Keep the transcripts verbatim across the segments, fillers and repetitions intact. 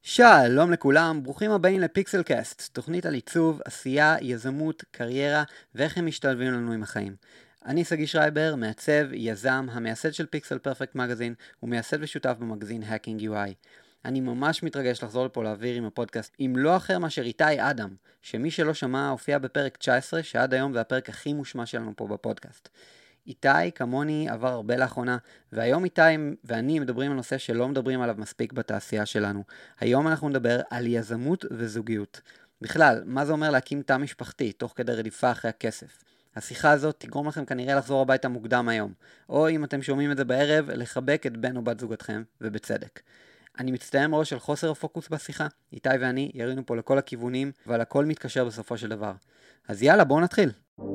שלום לכולם, ברוכים הבאים לפיקסל קאסט, תוכנית על עיצוב, עשייה, יזמות, קריירה ואיך הם משתלבים לנו עם החיים. אני סגי שרייבר, מעצב, יזם, המייסד של פיקסל פרפקט מגזין ומייסד ושותף במגזין Hacking יו איי. אני ממש מתרגש לחזור לפה להעביר עם הפודקאסט, אם לא אחר מאשר איתי אדם, שמי שלא שמע הופיע בפרק תשע עשרה, שעד היום זה הפרק הכי מושמע שלנו פה בפודקאסט. איתי, כמוני, עבר הרבה לאחרונה, והיום איתי ואני מדברים על נושא שלא מדברים עליו מספיק בתעשייה שלנו. היום אנחנו נדבר על יזמות וזוגיות. בכלל, מה זה אומר להקים תא משפחתי, תוך כדי רדיפה אחרי הכסף? השיחה הזאת תגרום לכם כנראה לחזור הביתה מוקדם היום, או אם אתם שומעים את זה בערב, לחבק את בן או בת זוגתכם, ובצדק. אני מצטער מראש על חוסר הפוקוס בשיחה, איתי ואני ירינו פה לכל הכיוונים, אבל הכל מתקשר בסופו של דבר. אז יאללה, בואו נתחיל.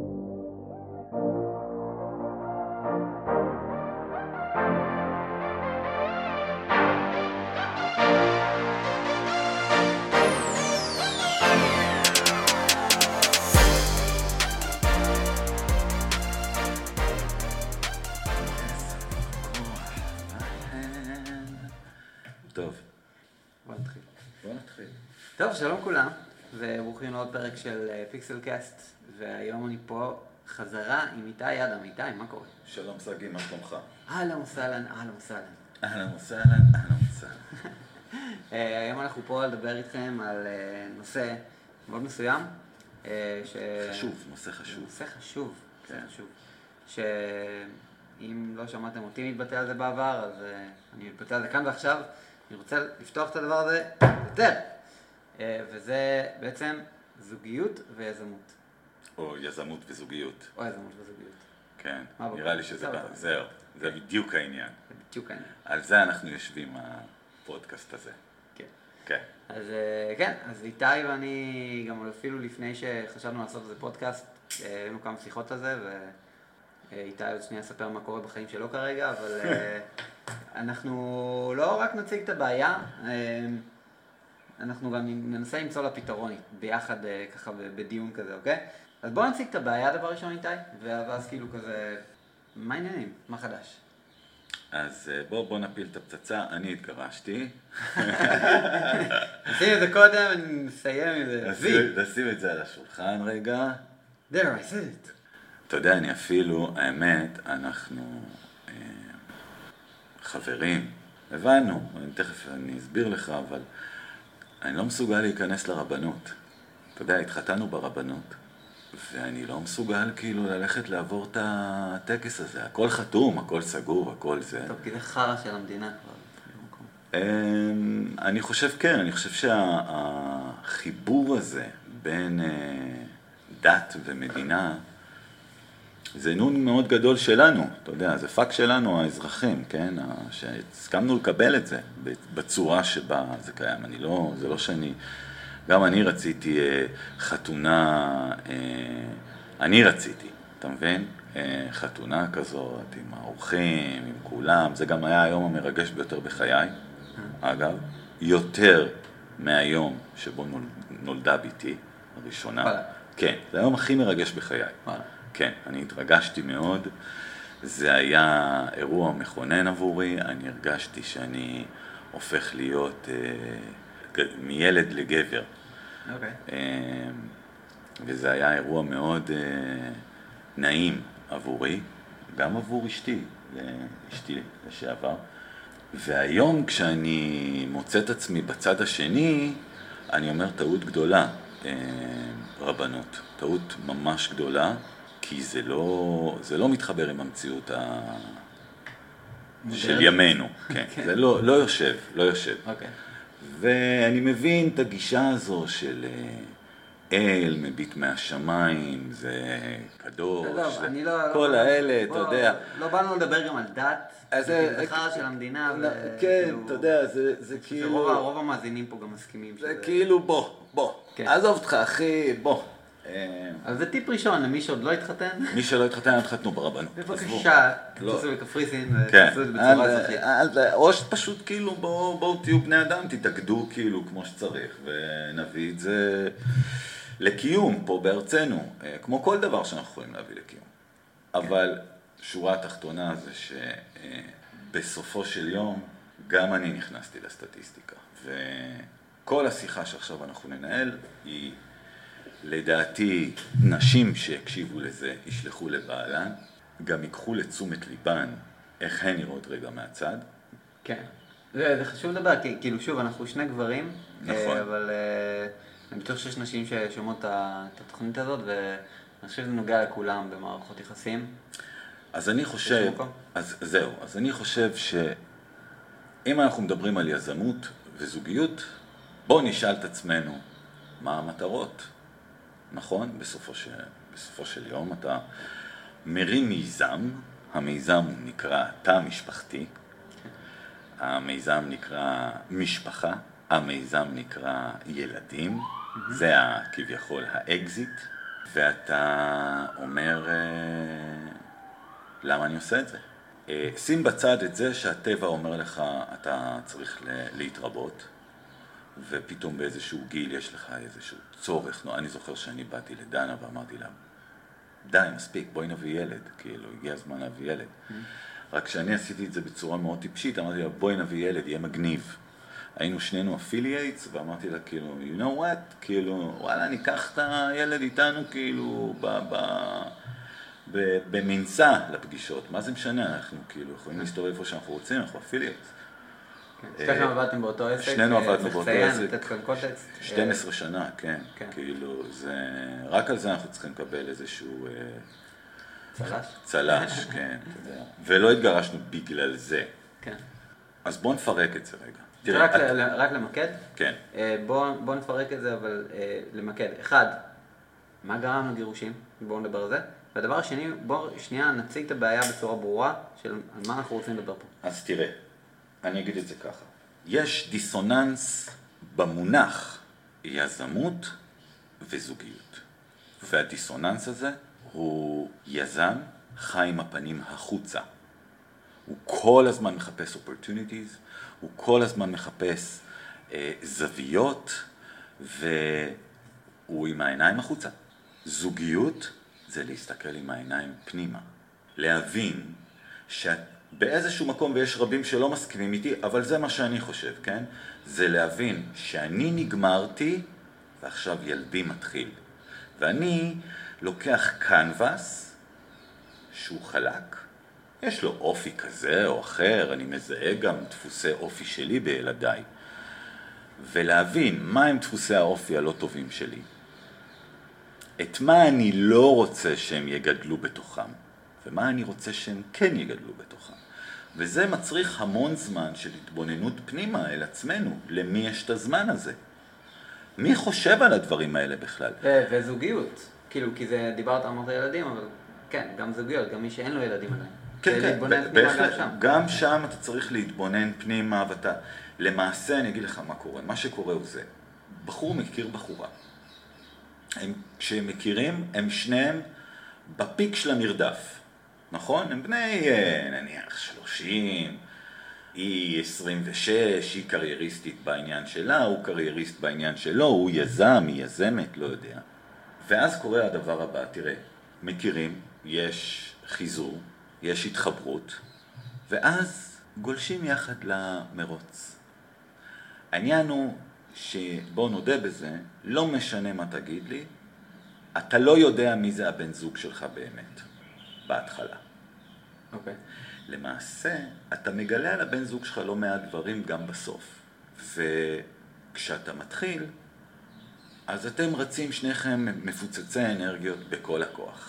טוב. בוא נתחיל. בוא נתחיל. טוב, שלום כולם, וברוכים לעוד פרק של פיקסל קאסט, והיום אני פה חזרה עם איתי אדם. איתי, מה קורה? שלום סגי, מה שלומך? אהלן וסהלן, אהלן וסהלן. אהלן וסהלן, אהלן וסהלן. היום אנחנו פה לדבר איתכם על נושא מאוד מסוים. ש... חשוב, נושא חשוב. נושא חשוב, נושא חשוב. שאם לא שמעתם אותי מתבטא על זה בעבר, אז אני מתבטא על זה כאן ועכשיו. אני רוצה לפתוח את הדבר הזה יותר. וזה בעצם זוגיות ויזמות. או יזמות וזוגיות. או יזמות וזוגיות. כן, נראה לי שזה טוב. זהו, זה בדיוק העניין. זה בדיוק העניין. על זה אנחנו יושבים הפודקאסט הזה. כן. כן. אז כן, אז איתי ואני גם אפילו לפני שחשבנו לעשות איזה פודקאסט, היינו כמה שיחות על זה, ואיתי עוד שנייה אספר מה קורה בחיים שלו כרגע, אבל אנחנו לא רק נציג את הבעיה, אנחנו גם ננסה למצוא לה פתרון ביחד ככה בדיון כזה, אוקיי? אז בואו נציג את הבעיה דבר ראשון איתי, ואז כאילו כזה, מה העניינים? מה חדש? אז בוא, בוא נפיל את הפצצה, אני התגרשתי. נשים את זה קודם, נסיים עם זה. נשים את זה על השולחן רגע. There, I said it. אתה יודע, אני אפילו, האמת, אנחנו אה, חברים, הבנו, אני תכף אני אסביר לך, אבל אני לא מסוגל להיכנס לרבנות. אתה יודע, התחתנו ברבנות, ואני לא מסוגל כאילו ללכת לעבור את הטקס הזה. הכל חתום, הכל סגור, הכל זה. טוב, כי זה חרא של המדינה כבר. אני חושב, כן, אני חושב שהחיבור הזה בין דת ומדינה, זה נון מאוד גדול שלנו, אתה יודע, זה פאק שלנו, האזרחים, כן, שהסכמנו לקבל את זה בצורה שבה זה קיים. אני לא, זה לא שאני, גם אני רציתי חתונה, אני רציתי, אתה מבין? חתונה כזאת, עם האורחים, עם כולם, זה גם היה היום המרגש ביותר בחיי, אגב, יותר מהיום שבו נולדה ביתי, הראשונה. כן, זה היום הכי מרגש בחיי. כן, אני התרגשתי מאוד, זה היה אירוע מכונן עבורי, אני הרגשתי שאני הופך להיות אה, מילד לגבר. אוקיי. אה, וזה היה אירוע מאוד אה, נעים עבורי, גם עבור אשתי, אשתי לשעבר. והיום כשאני מוצא את עצמי בצד השני, אני אומר טעות גדולה, אה, רבנות, טעות ממש גדולה. כי זה לא, זה לא מתחבר עם המציאות ה... של ימינו, כן. זה לא, לא יושב, לא יושב. אוקיי. ואני מבין את הגישה הזו של אל, מביט מהשמיים, זה קדוש, זה... אני לא... כל האלה, אתה יודע. לא באנו לדבר גם על דת, זה חרא של המדינה. כן, אתה יודע, זה כאילו... רוב המאזינים פה גם מסכימים. זה כאילו, בוא, בוא. עזוב אותך, אחי, בוא. אז זה טיפ ראשון למי שעוד לא התחתן. מי שלא התחתן, התחתנו ברבנות. בבקשה, תעשו לקפריסין ותעשו את זה בצורה אזרחית. או שפשוט כאילו בואו תהיו בני אדם, תתאגדו כאילו כמו שצריך, ונביא את זה לקיום פה בארצנו, כמו כל דבר שאנחנו יכולים להביא לקיום. אבל שורה התחתונה זה שבסופו של יום, גם אני נכנסתי לסטטיסטיקה. כל השיחה שעכשיו אנחנו ננהל היא, לדעתי, נשים שיקשיבו לזה, ישלחו לבעלן, גם ייקחו לתשומת ליבן איך הן נראות רגע מהצד. כן. זה, זה חשוב לדבר, כי כאילו שוב, אנחנו שני גברים, נכון. אבל אני בטוח שיש נשים ששומעות את התוכנית הזאת, ואני חושב שזה נוגע לכולם במערכות יחסים. אז אני חושב, אז זהו, אז אני חושב שאם אנחנו מדברים על יזמות וזוגיות, בואו נשאל את עצמנו מה המטרות, נכון? בסופו של, בסופו של יום אתה מרים מיזם, המיזם נקרא תא משפחתי, המיזם נקרא משפחה, המיזם נקרא ילדים, mm-hmm. זה כביכול האקזיט, ואתה אומר, למה אני עושה את זה? שים בצד את זה שהטבע אומר לך, אתה צריך להתרבות, ופתאום באיזשהו גיל יש לך איזשהו צורך. אני זוכר שאני באתי לדנה ואמרתי לה, די, מספיק, בואי נביא ילד, כאילו, הגיע הזמן להביא ילד. Mm-hmm. רק שאני עשיתי את זה בצורה מאוד טיפשית, אמרתי לה, בואי נביא ילד, יהיה מגניב. היינו שנינו אפילייטס, ואמרתי לה, כאילו, you know what? כאילו, וואלה, ניקח את הילד איתנו, כאילו, ב... ב... במנסה לפגישות. מה זה משנה? אנחנו כאילו יכולים להסתובב איפה שאנחנו רוצים, אנחנו אפילייטס. שניכם עבדתם באותו עסק? שנינו עבדנו באותו עסק. לתת כאן קונטקסט? שתים עשרה שנה, כן. כאילו, זה... רק על זה אנחנו צריכים לקבל איזשהו... צלש? צלש, כן. ולא התגרשנו בגלל זה. כן. אז בואו נפרק את זה רגע. רק למקד? כן. בואו נפרק את זה, אבל למקד. אחד, מה גרם לגירושים? בואו נדבר על זה. והדבר השני, בואו שנייה נציג את הבעיה בצורה ברורה של על מה אנחנו רוצים לדבר פה. אז תראה, אני אגיד את זה ככה. יש דיסוננס במונח יזמות וזוגיות. והדיסוננס הזה הוא יזם חי עם הפנים החוצה. הוא כל הזמן מחפש opportunities, הוא כל הזמן מחפש אה, זוויות, והוא עם העיניים החוצה. זוגיות זה להסתכל עם העיניים פנימה. להבין שבאיזשהו מקום, ויש רבים שלא מסכימים איתי, אבל זה מה שאני חושב, כן? זה להבין שאני נגמרתי, ועכשיו ילדי מתחיל. ואני לוקח קנבס שהוא חלק, יש לו אופי כזה או אחר, אני מזהה גם דפוסי אופי שלי בילדיי, ולהבין מה הם דפוסי האופי הלא טובים שלי, את מה אני לא רוצה שהם יגדלו בתוכם, ומה אני רוצה שהם כן יגדלו בתוכם. וזה מצריך המון זמן של התבוננות פנימה אל עצמנו, למי יש את הזמן הזה. מי חושב על הדברים האלה בכלל? וזוגיות, כאילו, כי זה, דיברת אמרת ילדים, אבל כן, גם זוגיות, גם מי שאין לו ילדים עדיין. כן, כן, בהחלט, גם שם אתה צריך להתבונן פנימה, ואתה, למעשה אני אגיד לך מה קורה, מה שקורה הוא זה, בחור מכיר בחורה, הם, כשהם מכירים, הם שניהם בפיק של המרדף, נכון? הם בני, נניח, שלושים, היא עשרים ושש, היא קרייריסטית בעניין שלה, הוא קרייריסט בעניין שלו, הוא יזם, היא יזמת, לא יודע. ואז קורה הדבר הבא, תראה, מכירים, יש חיזור, יש התחברות, ואז גולשים יחד למרוץ. העניין הוא שבוא נודה בזה, לא משנה מה תגיד לי, אתה לא יודע מי זה הבן זוג שלך באמת, בהתחלה. אוקיי. למעשה, אתה מגלה על הבן זוג שלך לא מעט דברים גם בסוף. וכשאתה מתחיל, אז אתם רצים שניכם מפוצצי אנרגיות בכל הכוח.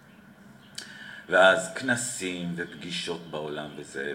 ואז כנסים ופגישות בעולם וזה,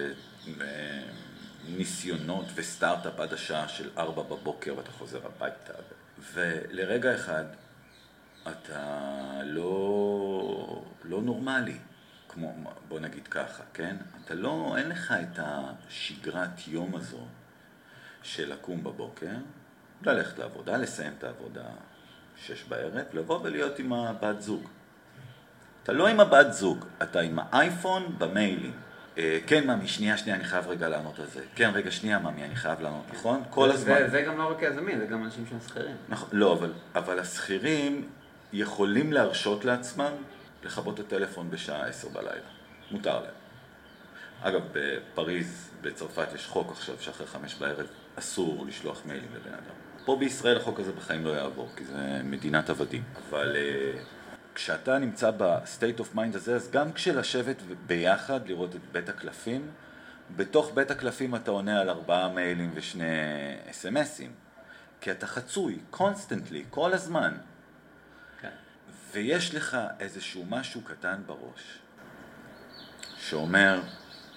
וניסיונות וסטארט-אפ עד השעה של ארבע בבוקר ואתה חוזר הביתה. ולרגע אחד אתה לא, לא נורמלי. כמו, בוא נגיד ככה, כן? אתה לא, אין לך את השגרת יום הזו של לקום בבוקר, ללכת לעבודה, לסיים את העבודה שש בערב, לבוא ולהיות עם הבת זוג. אתה לא עם הבת זוג, אתה עם האייפון במיילים. אה, כן, ממי, שנייה, שנייה, אני חייב רגע לענות על זה. כן, רגע, שנייה, ממי, אני חייב לענות, נכון? כל הזמן. זה, זה גם לא רק יזמים, זה גם אנשים שהם שכירים. נכון, לא, אבל, אבל השכירים יכולים להרשות לעצמם לכבות את הטלפון בשעה עשר בלילה. מותר להם. אגב, בפריז, בצרפת, יש חוק עכשיו שאחרי חמש בערב אסור לשלוח מיילים לבן אדם. פה בישראל החוק הזה בחיים לא יעבור, כי זה מדינת עבדים. אבל uh, כשאתה נמצא ב-state of mind הזה, אז גם כשלשבת ביחד, לראות את בית הקלפים, בתוך בית הקלפים אתה עונה על ארבעה מיילים ושני אס-אם-אסים. כי אתה חצוי, constantly, כל הזמן. כן. ויש לך איזשהו משהו קטן בראש, שאומר,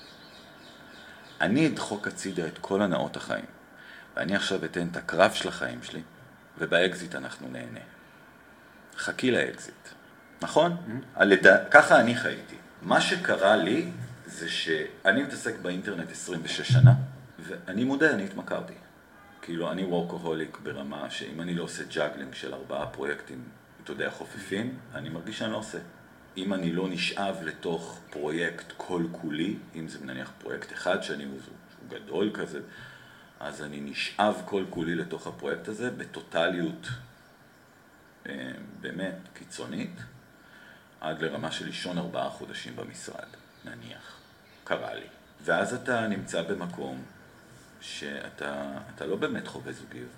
אני אדחוק הצידה את כל הנאות החיים, ואני עכשיו אתן את הקרב של החיים שלי, ובאקזיט אנחנו נהנה. חכי לאקזיט. נכון? Mm-hmm. הלד... ככה אני חייתי. מה שקרה לי, זה שאני מתעסק באינטרנט עשרים ושש שנה, ואני מודה, אני התמכרתי. כאילו, אני וורקוהוליק ברמה שאם אני לא עושה ג'אגלינג של ארבעה פרויקטים, אתה יודע, חופפים, אני מרגיש שאני לא עושה. אם אני לא נשאב לתוך פרויקט כל כולי, אם זה נניח פרויקט אחד שאני הוא גדול כזה, אז אני נשאב כל כולי לתוך הפרויקט הזה בטוטליות באמת קיצונית, עד לרמה של לישון ארבעה חודשים במשרד, נניח. קרה לי. ואז אתה נמצא במקום שאתה אתה לא באמת חווה זוגיות.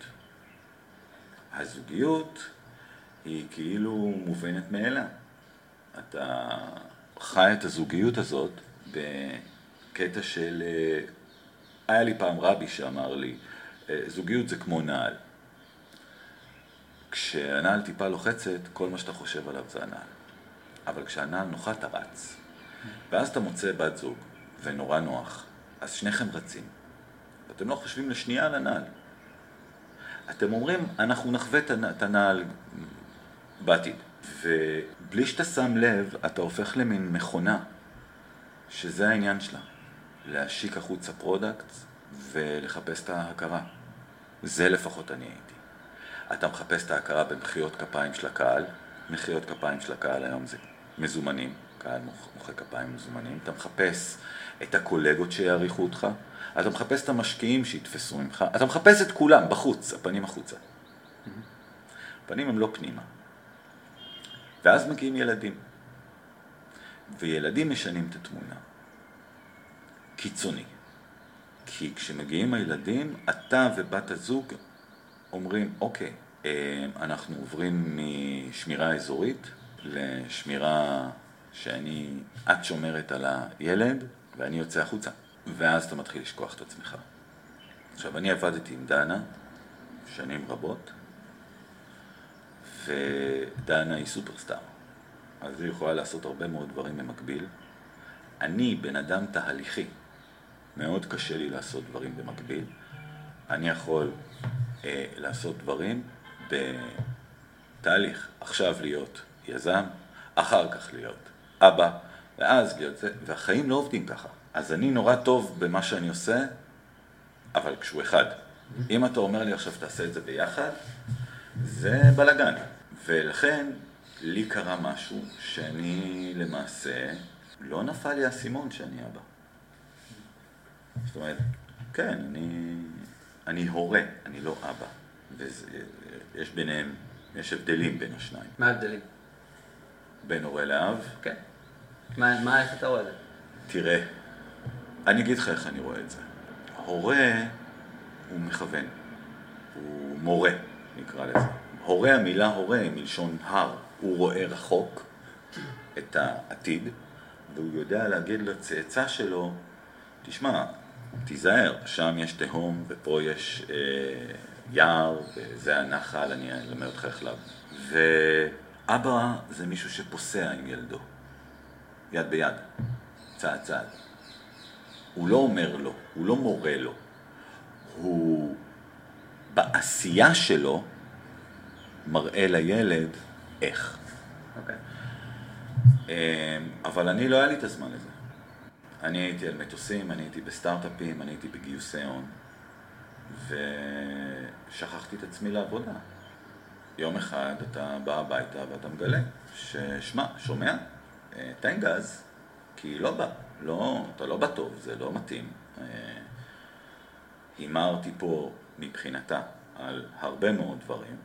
הזוגיות היא כאילו מובנת מאליה. אתה חי את הזוגיות הזאת בקטע של... היה לי פעם רבי שאמר לי, זוגיות זה כמו נעל. כשהנעל טיפה לוחצת, כל מה שאתה חושב עליו זה הנעל. אבל כשהנעל נוחה, אתה רץ. ואז אתה מוצא בת זוג, ונורא נוח. אז שניכם רצים. ואתם לא חושבים לשנייה על הנעל. אתם אומרים, אנחנו נחווה את הנעל בעתיד. ובלי שאתה שם לב, אתה הופך למין מכונה, שזה העניין שלה. להשיק החוצה פרודקט ולחפש את ההכרה. זה לפחות אני הייתי. אתה מחפש את ההכרה במחיאות כפיים של הקהל. מחיאות כפיים של הקהל היום זה מזומנים. קהל מוחא כפיים מזומנים. אתה מחפש את הקולגות שיעריכו אותך. אתה מחפש את המשקיעים שיתפסו ממך. אתה מחפש את כולם בחוץ, הפנים החוצה. הפנים הם לא פנימה. ואז מגיעים ילדים. וילדים משנים את התמונה. קיצוני. כי כשמגיעים הילדים, אתה ובת הזוג אומרים, אוקיי, אנחנו עוברים משמירה אזורית לשמירה שאני, את שומרת על הילד ואני יוצא החוצה. ואז אתה מתחיל לשכוח את עצמך. עכשיו, אני עבדתי עם דנה שנים רבות, ודנה היא סופרסטאר. אז היא יכולה לעשות הרבה מאוד דברים במקביל. אני בן אדם תהליכי. מאוד קשה לי לעשות דברים במקביל. אני יכול אה, לעשות דברים בתהליך. עכשיו להיות יזם, אחר כך להיות אבא, ואז להיות זה, והחיים לא עובדים ככה. אז אני נורא טוב במה שאני עושה, אבל כשהוא אחד. אם אתה אומר לי עכשיו תעשה את זה ביחד, זה בלגן. ולכן לי קרה משהו שאני למעשה, לא נפל לי הסימון שאני אבא. זאת אומרת, כן, אני, אני הורה, אני לא אבא. ויש ביניהם, יש הבדלים בין השניים. מה ההבדלים? בין הורה לאב. כן. מה, מה, איך אתה רואה את זה? תראה, אני אגיד לך איך אני רואה את זה. הורה הוא מכוון, הוא מורה, נקרא לזה. הורה, המילה הורה, מלשון הר, הוא רואה רחוק את העתיד, והוא יודע להגיד לצאצא שלו, תשמע, תיזהר, שם יש תהום ופה יש אה, יער וזה הנחל, אני אלמד אותך איך לעבוד. ואבא זה מישהו שפוסע עם ילדו, יד ביד, צעד צעד. הוא לא אומר לו, הוא לא מורה לו, הוא בעשייה שלו מראה לילד איך. אוקיי. אבל אני לא היה לי את הזמן לזה. אני הייתי על מטוסים, אני הייתי בסטארט-אפים, אני הייתי בגיוסי הון, ושכחתי את עצמי לעבודה. יום אחד אתה בא הביתה ואתה מגלה ששמע, שומע, תן גז, כי לא בא, לא, אתה לא בטוב, זה לא מתאים. הימרתי פה מבחינתה על הרבה מאוד דברים,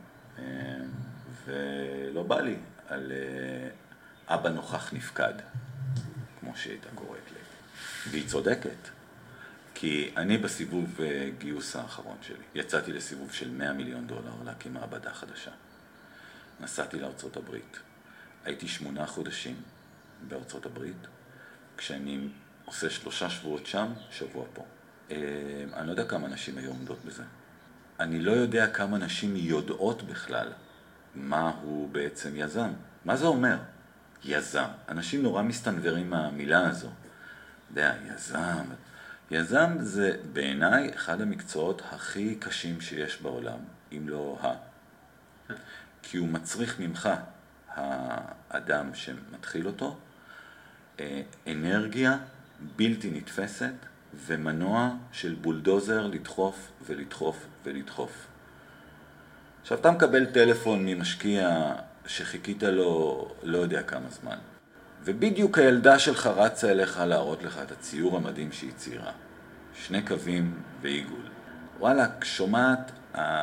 ולא בא לי על אבא נוכח נפקד, כמו שהייתה קוראת לי. והיא צודקת, כי אני בסיבוב גיוס האחרון שלי, יצאתי לסיבוב של מאה מיליון דולר להקים מעבדה חדשה. נסעתי לארצות הברית. הייתי שמונה חודשים בארצות הברית, כשאני עושה שלושה שבועות שם, שבוע פה. אני לא יודע כמה נשים היום עומדות בזה. אני לא יודע כמה נשים יודעות בכלל מה הוא בעצם יזם. מה זה אומר? יזם. אנשים נורא מסתנוורים מהמילה הזו. אתה יודע, יזם. יזם זה בעיניי אחד המקצועות הכי קשים שיש בעולם, אם לא ה. כי הוא מצריך ממך, האדם שמתחיל אותו, אנרגיה בלתי נתפסת ומנוע של בולדוזר לדחוף ולדחוף ולדחוף. עכשיו אתה מקבל טלפון ממשקיע שחיכית לו לא יודע כמה זמן, ובדיוק הילדה שלך רצה אליך להראות לך את הציור המדהים שהיא ציירה. שני קווים ועיגול. וואלה, שומעת,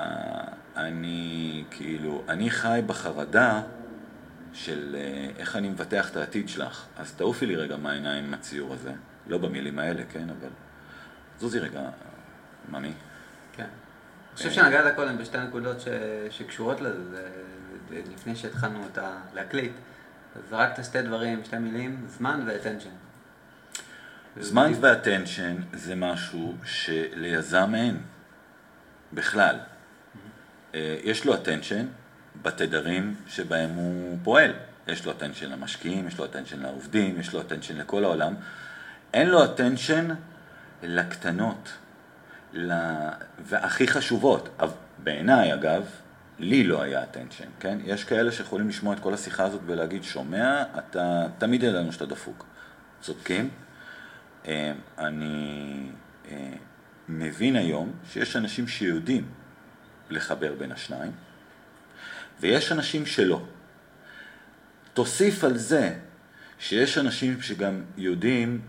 אני כאילו, אני חי בחרדה של איך אני מבטח את העתיד שלך. אז תעופי לי רגע מהעיניים עם הציור הזה. לא במילים האלה, כן, אבל זוזי רגע, ממי. כן. אני חושב שנגעת קודם בשתי נקודות ש... שקשורות לזה, זה... לפני שהתחלנו אותה להקליט. אז זרקת שתי דברים, שתי מילים, זמן ו-attention. זמן ו-attention זה משהו שליזם אין, בכלל. יש לו attention בתדרים שבהם הוא פועל. יש לו attention למשקיעים, יש לו attention לעובדים, יש לו attention לכל העולם. אין לו attention לקטנות, והכי חשובות. בעיניי, אגב, לי לא היה attention, כן? יש כאלה שיכולים לשמוע את כל השיחה הזאת ולהגיד, שומע, אתה תמיד ידענו שאתה דפוק. צודקים. אני מבין היום שיש אנשים שיודעים לחבר בין השניים, ויש אנשים שלא. תוסיף על זה שיש אנשים שגם יודעים,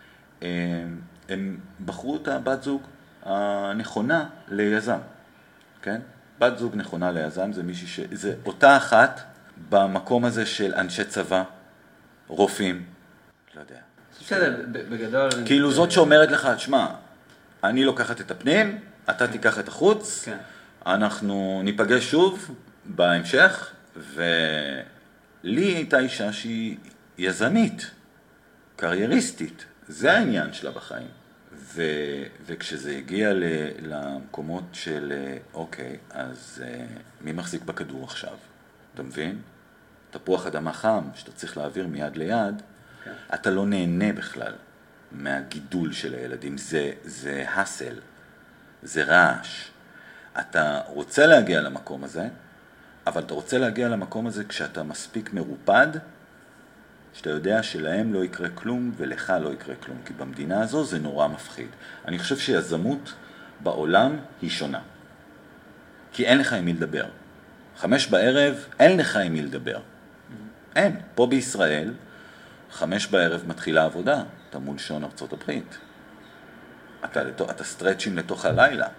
הם בחרו את הבת זוג הנכונה ליזם, כן? בת זוג נכונה ליזם זה מישהי ש... זה אותה אחת במקום הזה של אנשי צבא, רופאים, לא יודע. בסדר, בגדול... כאילו זאת שאומרת לך, תשמע, אני לוקחת את הפנים, אתה תיקח את החוץ, כן. אנחנו ניפגש שוב בהמשך, ולי הייתה אישה שהיא יזמית, קרייריסטית, זה העניין שלה בחיים. ו... וכשזה הגיע ל... למקומות של, אוקיי, אז מי מחזיק בכדור עכשיו? אתה מבין? תפוח אדמה חם, שאתה צריך להעביר מיד ליד, כן. אתה לא נהנה בכלל מהגידול של הילדים, זה, זה הסל, זה רעש. אתה רוצה להגיע למקום הזה, אבל אתה רוצה להגיע למקום הזה כשאתה מספיק מרופד, שאתה יודע שלהם לא יקרה כלום ולך לא יקרה כלום, כי במדינה הזו זה נורא מפחיד. אני חושב שיזמות בעולם היא שונה, כי אין לך עם מי לדבר. חמש בערב, אין לך עם מי לדבר. אין. פה בישראל, חמש בערב מתחילה עבודה, אתה מול שעון ארצות הברית. אתה, אתה סטרצ'ים לתוך הלילה.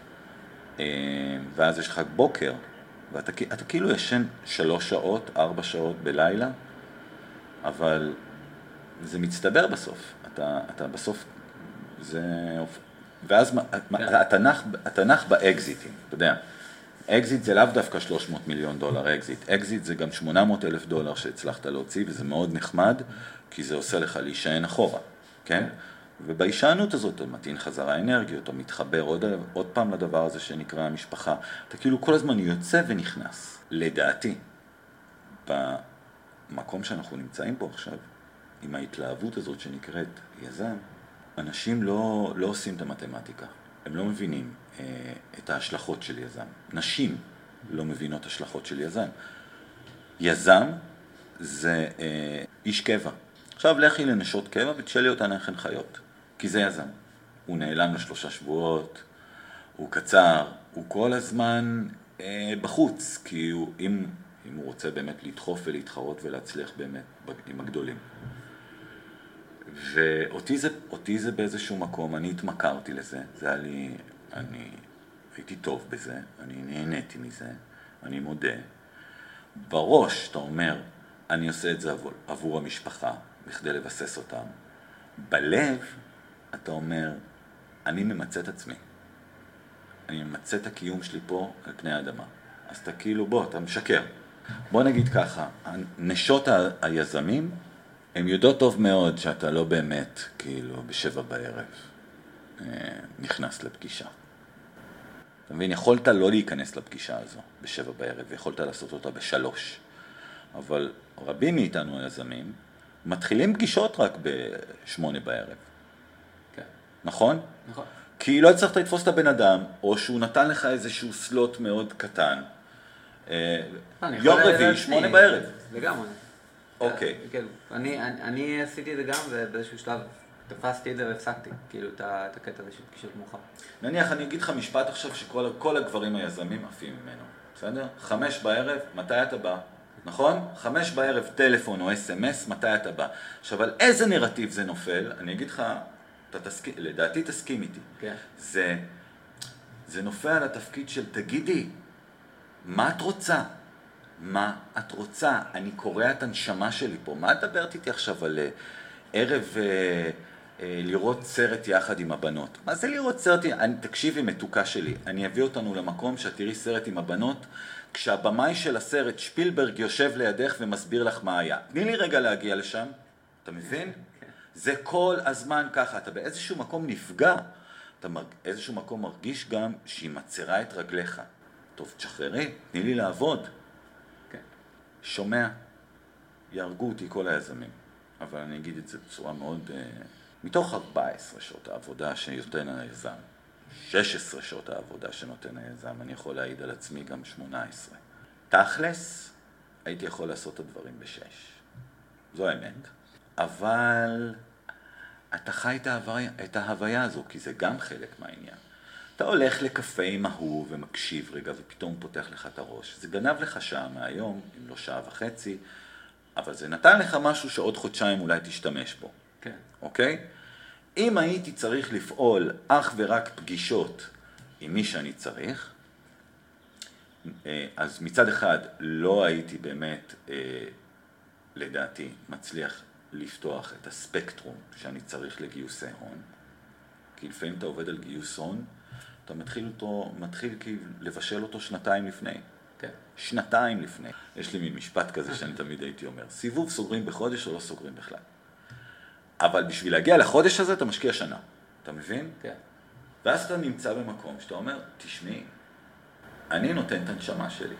ואז יש לך בוקר, ואתה אתה כאילו ישן שלוש שעות, ארבע שעות בלילה, אבל זה מצטבר בסוף. אתה, אתה בסוף, זה... ואז התנ"ך, התנ"ך באקזיטים, אתה יודע. אקזיט זה לאו דווקא שלוש מאות מיליון דולר אקזיט. אקזיט זה גם שמונה מאות אלף דולר שהצלחת להוציא, וזה מאוד נחמד, כי זה עושה לך להישען אחורה, כן? ובהישענות הזאת אתה מתאים חזרה אנרגיות, אתה מתחבר עוד, עוד פעם לדבר הזה שנקרא המשפחה. אתה כאילו כל הזמן יוצא ונכנס. לדעתי, במקום שאנחנו נמצאים פה עכשיו, עם ההתלהבות הזאת שנקראת יזם, אנשים לא, לא עושים את המתמטיקה. הם לא מבינים אה, את ההשלכות של יזם. נשים לא מבינות השלכות של יזם. יזם זה אה, איש קבע. עכשיו לכי לנשות קבע ותשאלי אותן איך הן חיות. כי זה יזם. הוא נעלם לשלושה שבועות, הוא קצר, הוא כל הזמן אה, בחוץ, כי הוא, אם, אם הוא רוצה באמת לדחוף ולהתחרות ולהצליח באמת עם הגדולים. ואותי זה, אותי זה באיזשהו מקום, אני התמכרתי לזה, זה היה לי, אני הייתי טוב בזה, אני נהניתי מזה, אני מודה. בראש, אתה אומר, אני עושה את זה עבור, עבור המשפחה, בכדי לבסס אותם. בלב, אתה אומר, אני ממצא את עצמי. אני ממצא את הקיום שלי פה על פני האדמה. אז אתה כאילו, בוא, אתה משקר. בוא נגיד ככה, נשות היזמים, הם יודעות טוב מאוד שאתה לא באמת, כאילו, בשבע בערב, נכנס לפגישה. אתה מבין, יכולת לא להיכנס לפגישה הזו בשבע בערב, ויכולת לעשות אותה בשלוש. אבל רבים מאיתנו היזמים, מתחילים פגישות רק בשמונה בערב. כן. נכון? נכון. כי לא הצלחת לתפוס את הבן אדם, או שהוא נתן לך איזשהו סלוט מאוד קטן. יום רביעי, שמונה בערב. לגמרי. אוקיי. אני עשיתי את זה גם, ובאיזשהו שלב תפסתי את זה והפסקתי, כאילו את הקטע הזה של פגישות מאוחר. נניח, אני אגיד לך משפט עכשיו שכל הגברים היזמים עפים ממנו. בסדר? חמש בערב, מתי אתה בא? נכון? חמש בערב טלפון או אס אם אס, מתי אתה בא? עכשיו, על איזה נרטיב זה נופל? אני אגיד לך, אתה תסכים, לדעתי תסכים איתי. כן. זה, זה נופל על התפקיד של, תגידי, מה את רוצה? מה את רוצה? אני קורא את הנשמה שלי פה. מה את מדברת איתי עכשיו על ערב אה, אה, לראות סרט יחד עם הבנות? מה זה לראות סרט? אני, תקשיבי, מתוקה שלי, אני אביא אותנו למקום שאת תראי סרט עם הבנות, כשהבמאי של הסרט שפילברג יושב לידך ומסביר לך מה היה. תני לי רגע להגיע לשם, אתה מבין? זה כל הזמן ככה, אתה באיזשהו מקום נפגע, אתה באיזשהו מקום מרגיש גם שהיא מצרה את רגליך. טוב, תשחררי, תני לי לעבוד. שומע, יהרגו אותי כל היזמים, אבל אני אגיד את זה בצורה מאוד, מתוך ארבע עשרה שעות העבודה שנותן היזם, שש עשרה שעות העבודה שנותן היזם, אני יכול להעיד על עצמי גם שמונה עשרה. תכלס, הייתי יכול לעשות את הדברים בשש. זו האמת. אבל אתה חי את ההוויה, את ההוויה הזו, כי זה גם חלק מהעניין. אתה הולך לקפה עם ההוא ומקשיב רגע, ופתאום פותח לך את הראש. זה גנב לך שעה מהיום, אם לא שעה וחצי, אבל זה נתן לך משהו שעוד חודשיים אולי תשתמש בו. כן. אוקיי? אם הייתי צריך לפעול אך ורק פגישות עם מי שאני צריך, אז מצד אחד לא הייתי באמת, לדעתי, מצליח לפתוח את הספקטרום שאני צריך לגיוסי הון, כי לפעמים אתה עובד על גיוס הון, אתה מתחיל אותו, מתחיל כאילו לבשל אותו שנתיים לפני. כן. שנתיים לפני. יש לי מין משפט כזה שאני תמיד הייתי אומר, סיבוב סוגרים בחודש או לא סוגרים בכלל. אבל בשביל להגיע לחודש הזה אתה משקיע שנה. אתה מבין? כן. ואז אתה נמצא במקום שאתה אומר, תשמעי, אני נותן את הנשמה שלי.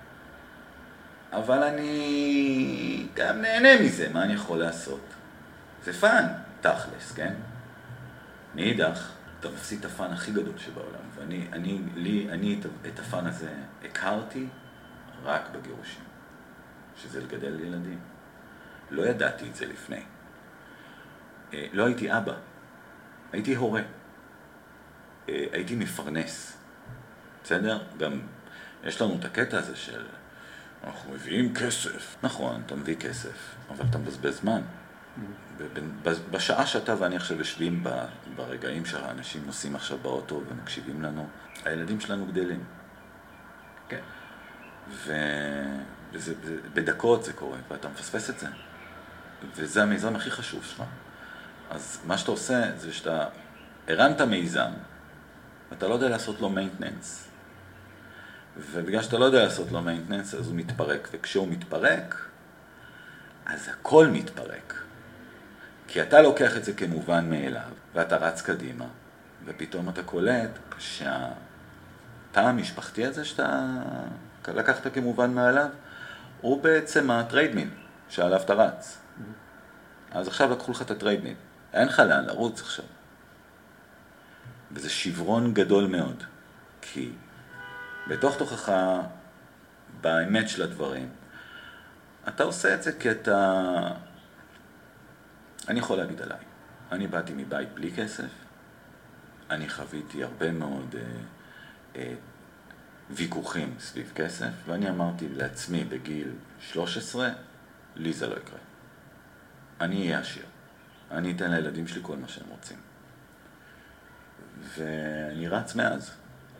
אבל אני גם נהנה מזה, מה אני יכול לעשות? זה פן, תכלס, כן? מאידך, אתה מפסיד את הפן הכי גדול שבעולם, ואני, אני, לי, אני את, את הפן הזה הכרתי רק בגירושים, שזה לגדל ילדים. לא ידעתי את זה לפני. לא הייתי אבא, הייתי הורה. הייתי מפרנס. בסדר? גם יש לנו את הקטע הזה של אנחנו מביאים כסף. נכון, אתה מביא כסף, אבל אתה מבזבז זמן. בשעה שאתה ואני עכשיו יושבים ברגעים שהאנשים נוסעים עכשיו באוטו ומקשיבים לנו, הילדים שלנו גדלים. כן. ובדקות זה קורה, ואתה מפספס את זה. וזה המיזם הכי חשוב שלך. אז מה שאתה עושה זה שאתה הרמת מיזם, ואתה לא יודע לעשות לו maintenance. ובגלל שאתה לא יודע לעשות לו maintenance, אז הוא מתפרק. וכשהוא מתפרק, אז הכל מתפרק. כי אתה לוקח את זה כמובן מאליו, ואתה רץ קדימה, ופתאום אתה קולט שהתא המשפחתי הזה שאתה לקחת כמובן מאליו, הוא בעצם הטריידמין שעליו אתה רץ. אז עכשיו לקחו לך את הטריידמין. אין לך לאן לרוץ עכשיו. וזה שברון גדול מאוד, כי בתוך תוכך, באמת של הדברים, אתה עושה את זה כי אתה... אני יכול להגיד עליי, אני באתי מבית בלי כסף, אני חוויתי הרבה מאוד אה, אה, ויכוחים סביב כסף, ואני אמרתי לעצמי בגיל שלוש עשרה, לי זה לא יקרה. אני אהיה עשיר. אני אתן לילדים שלי כל מה שהם רוצים. ואני רץ מאז.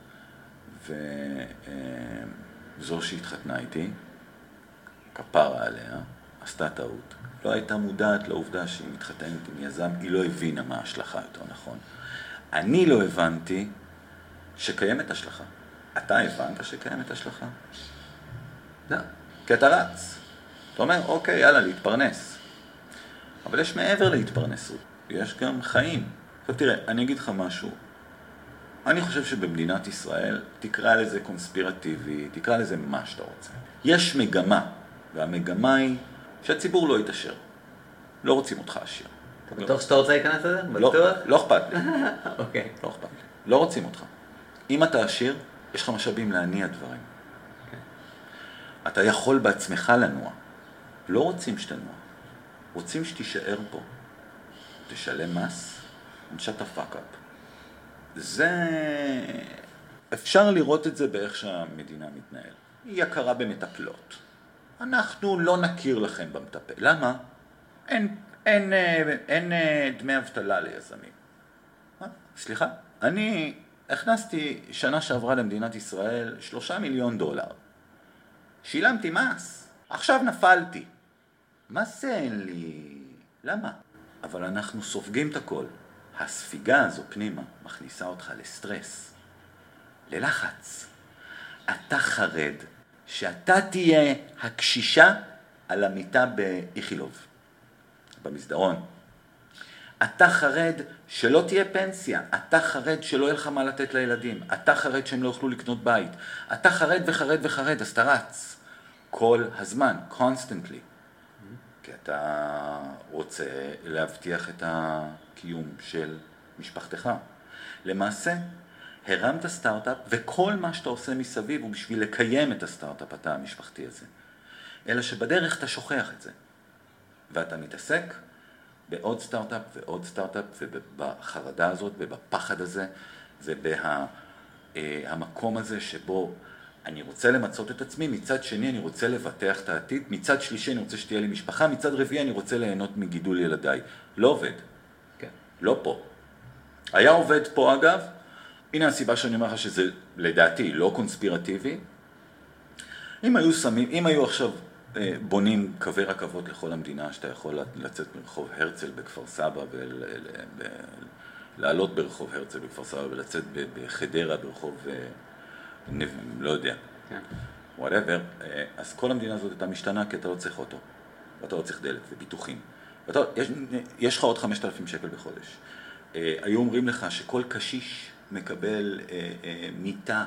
וזו שהתחתנה איתי, כפרה עליה, עשתה טעות. לא הייתה מודעת לעובדה שהיא מתחתנת עם יזם, היא לא הבינה מה ההשלכה יותר נכון. אני לא הבנתי שקיימת השלכה. אתה הבנת שקיימת השלכה? לא. כי אתה רץ. אתה אומר, אוקיי, יאללה, להתפרנס. אבל יש מעבר להתפרנסות. יש גם חיים. עכשיו תראה, אני אגיד לך משהו. אני חושב שבמדינת ישראל, תקרא לזה קונספירטיבי, תקרא לזה מה שאתה רוצה. יש מגמה, והמגמה היא שהציבור לא יתעשר. לא רוצים אותך עשיר. אתה בטוח שאתה רוצה להיכנס לזה? לא, בטוח? לא אכפת לי. אוקיי. לא אכפת לי. לא רוצים אותך. אם אתה עשיר, יש לך משאבים להניע דברים. אתה יכול בעצמך לנוע. לא רוצים שתנוע. רוצים שתישאר פה. תשלם מס, and shut the fuck up. זה... אפשר לראות את זה באיך שהמדינה מתנהל. היא יקרה במטפלות. אנחנו לא נכיר לכם במטפל. למה? אין, אין, אין, אין דמי אבטלה ליזמים. מה? סליחה? אני הכנסתי שנה שעברה למדינת ישראל שלושה מיליון דולר. שילמתי מס. עכשיו נפלתי. מה זה אין לי? למה? אבל אנחנו סופגים את הכל. הספיגה הזו פנימה מכניסה אותך לסטרס, ללחץ. אתה חרד שאתה תהיה הקשישה על המיטה באיכילוב, במסדרון. אתה חרד שלא תהיה פנסיה, אתה חרד שלא יהיה לך מה לתת לילדים, אתה חרד שהם לא יוכלו לקנות בית, אתה חרד וחרד וחרד, אז אתה רץ כל הזמן, constantly. כי אתה רוצה להבטיח את הקיום של משפחתך. למעשה, הרמת סטארט-אפ, וכל מה שאתה עושה מסביב הוא בשביל לקיים את הסטארט-אפ התא המשפחתי הזה. אלא שבדרך אתה שוכח את זה. ואתה מתעסק בעוד סטארט-אפ ועוד סטארט-אפ, ובחרדה הזאת ובפחד הזה, ובמקום הזה שבו אני רוצה למצות את עצמי, מצד שני אני רוצה לבטח את העתיד, מצד שלישי אני רוצה שתהיה לי משפחה, מצד רביעי אני רוצה ליהנות מגידול ילדיי. לא עובד. כן. לא פה. היה עובד פה אגב, הנה הסיבה שאני אומר לך שזה לדעתי לא קונספירטיבי. אם היו שמים, אם היו עכשיו בונים קווי רכבות לכל המדינה, שאתה יכול לצאת ברחוב הרצל בכפר סבא, ולעלות ברחוב הרצל בכפר סבא, ולצאת בחדרה ברחוב... לא יודע, whatever, אז כל המדינה הזאת הייתה משתנה כי אתה לא צריך אותו, ואתה לא צריך דלק וביטוחים. ואתה, יש, יש לך עוד חמשת אלפים שקל בחודש. היו אומרים לך שכל קשיש מקבל מיטה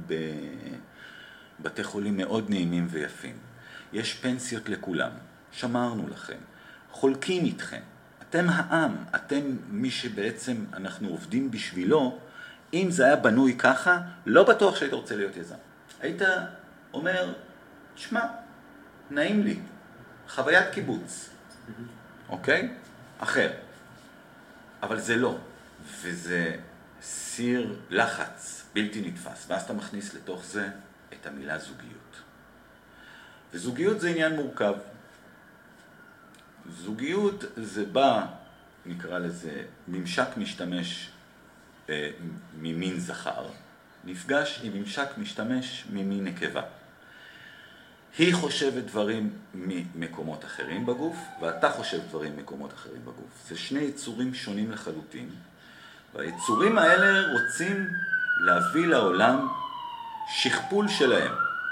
בבתי חולים מאוד נעימים ויפים. יש פנסיות לכולם, שמרנו לכם, חולקים איתכם. אתם העם, אתם מי שבעצם אנחנו עובדים בשבילו. אם זה היה בנוי ככה, לא בטוח שהיית רוצה להיות יזם. היית אומר, תשמע, נעים לי, חוויית קיבוץ, אוקיי? אחר. אבל זה לא, וזה סיר לחץ בלתי נתפס, ואז אתה מכניס לתוך זה את המילה זוגיות. וזוגיות זה עניין מורכב. זוגיות זה בא, נקרא לזה, ממשק משתמש ממין זכר, נפגש עם ממשק משתמש ממין נקבה. היא חושבת דברים ממקומות אחרים בגוף, ואתה חושב דברים ממקומות אחרים בגוף. זה שני יצורים שונים לחלוטין, והיצורים האלה רוצים להביא לעולם שכפול שלהם.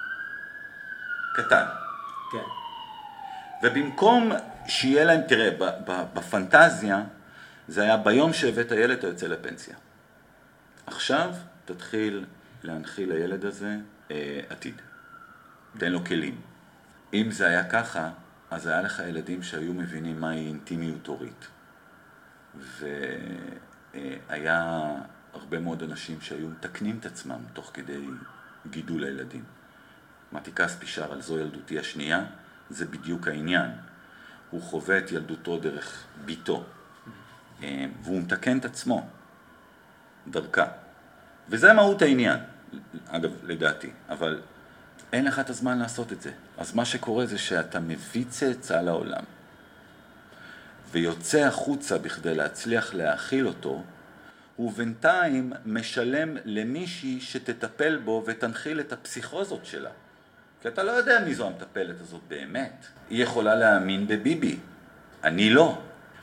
קטן. כן. ובמקום שיהיה להם, תראה, בפנטזיה, זה היה ביום שהבאת הילד, אתה יוצא לפנסיה. עכשיו תתחיל להנחיל לילד הזה אה, עתיד. תן לו כלים. אם זה היה ככה, אז היה לך ילדים שהיו מבינים מהי אינטימיות הורית. והיה הרבה מאוד אנשים שהיו מתקנים את עצמם תוך כדי גידול הילדים. מתי כספי שר על זו ילדותי השנייה, זה בדיוק העניין. הוא חווה את ילדותו דרך ביתו, והוא מתקן את עצמו דרכה. וזה מהות העניין, אגב, לדעתי, אבל אין לך את הזמן לעשות את זה. אז מה שקורה זה שאתה מביא צאצא לעולם, ויוצא החוצה בכדי להצליח להאכיל אותו, ובינתיים משלם למישהי שתטפל בו ותנחיל את הפסיכוזות שלה. כי אתה לא יודע מי זו המטפלת הזאת באמת. היא יכולה להאמין בביבי, אני לא.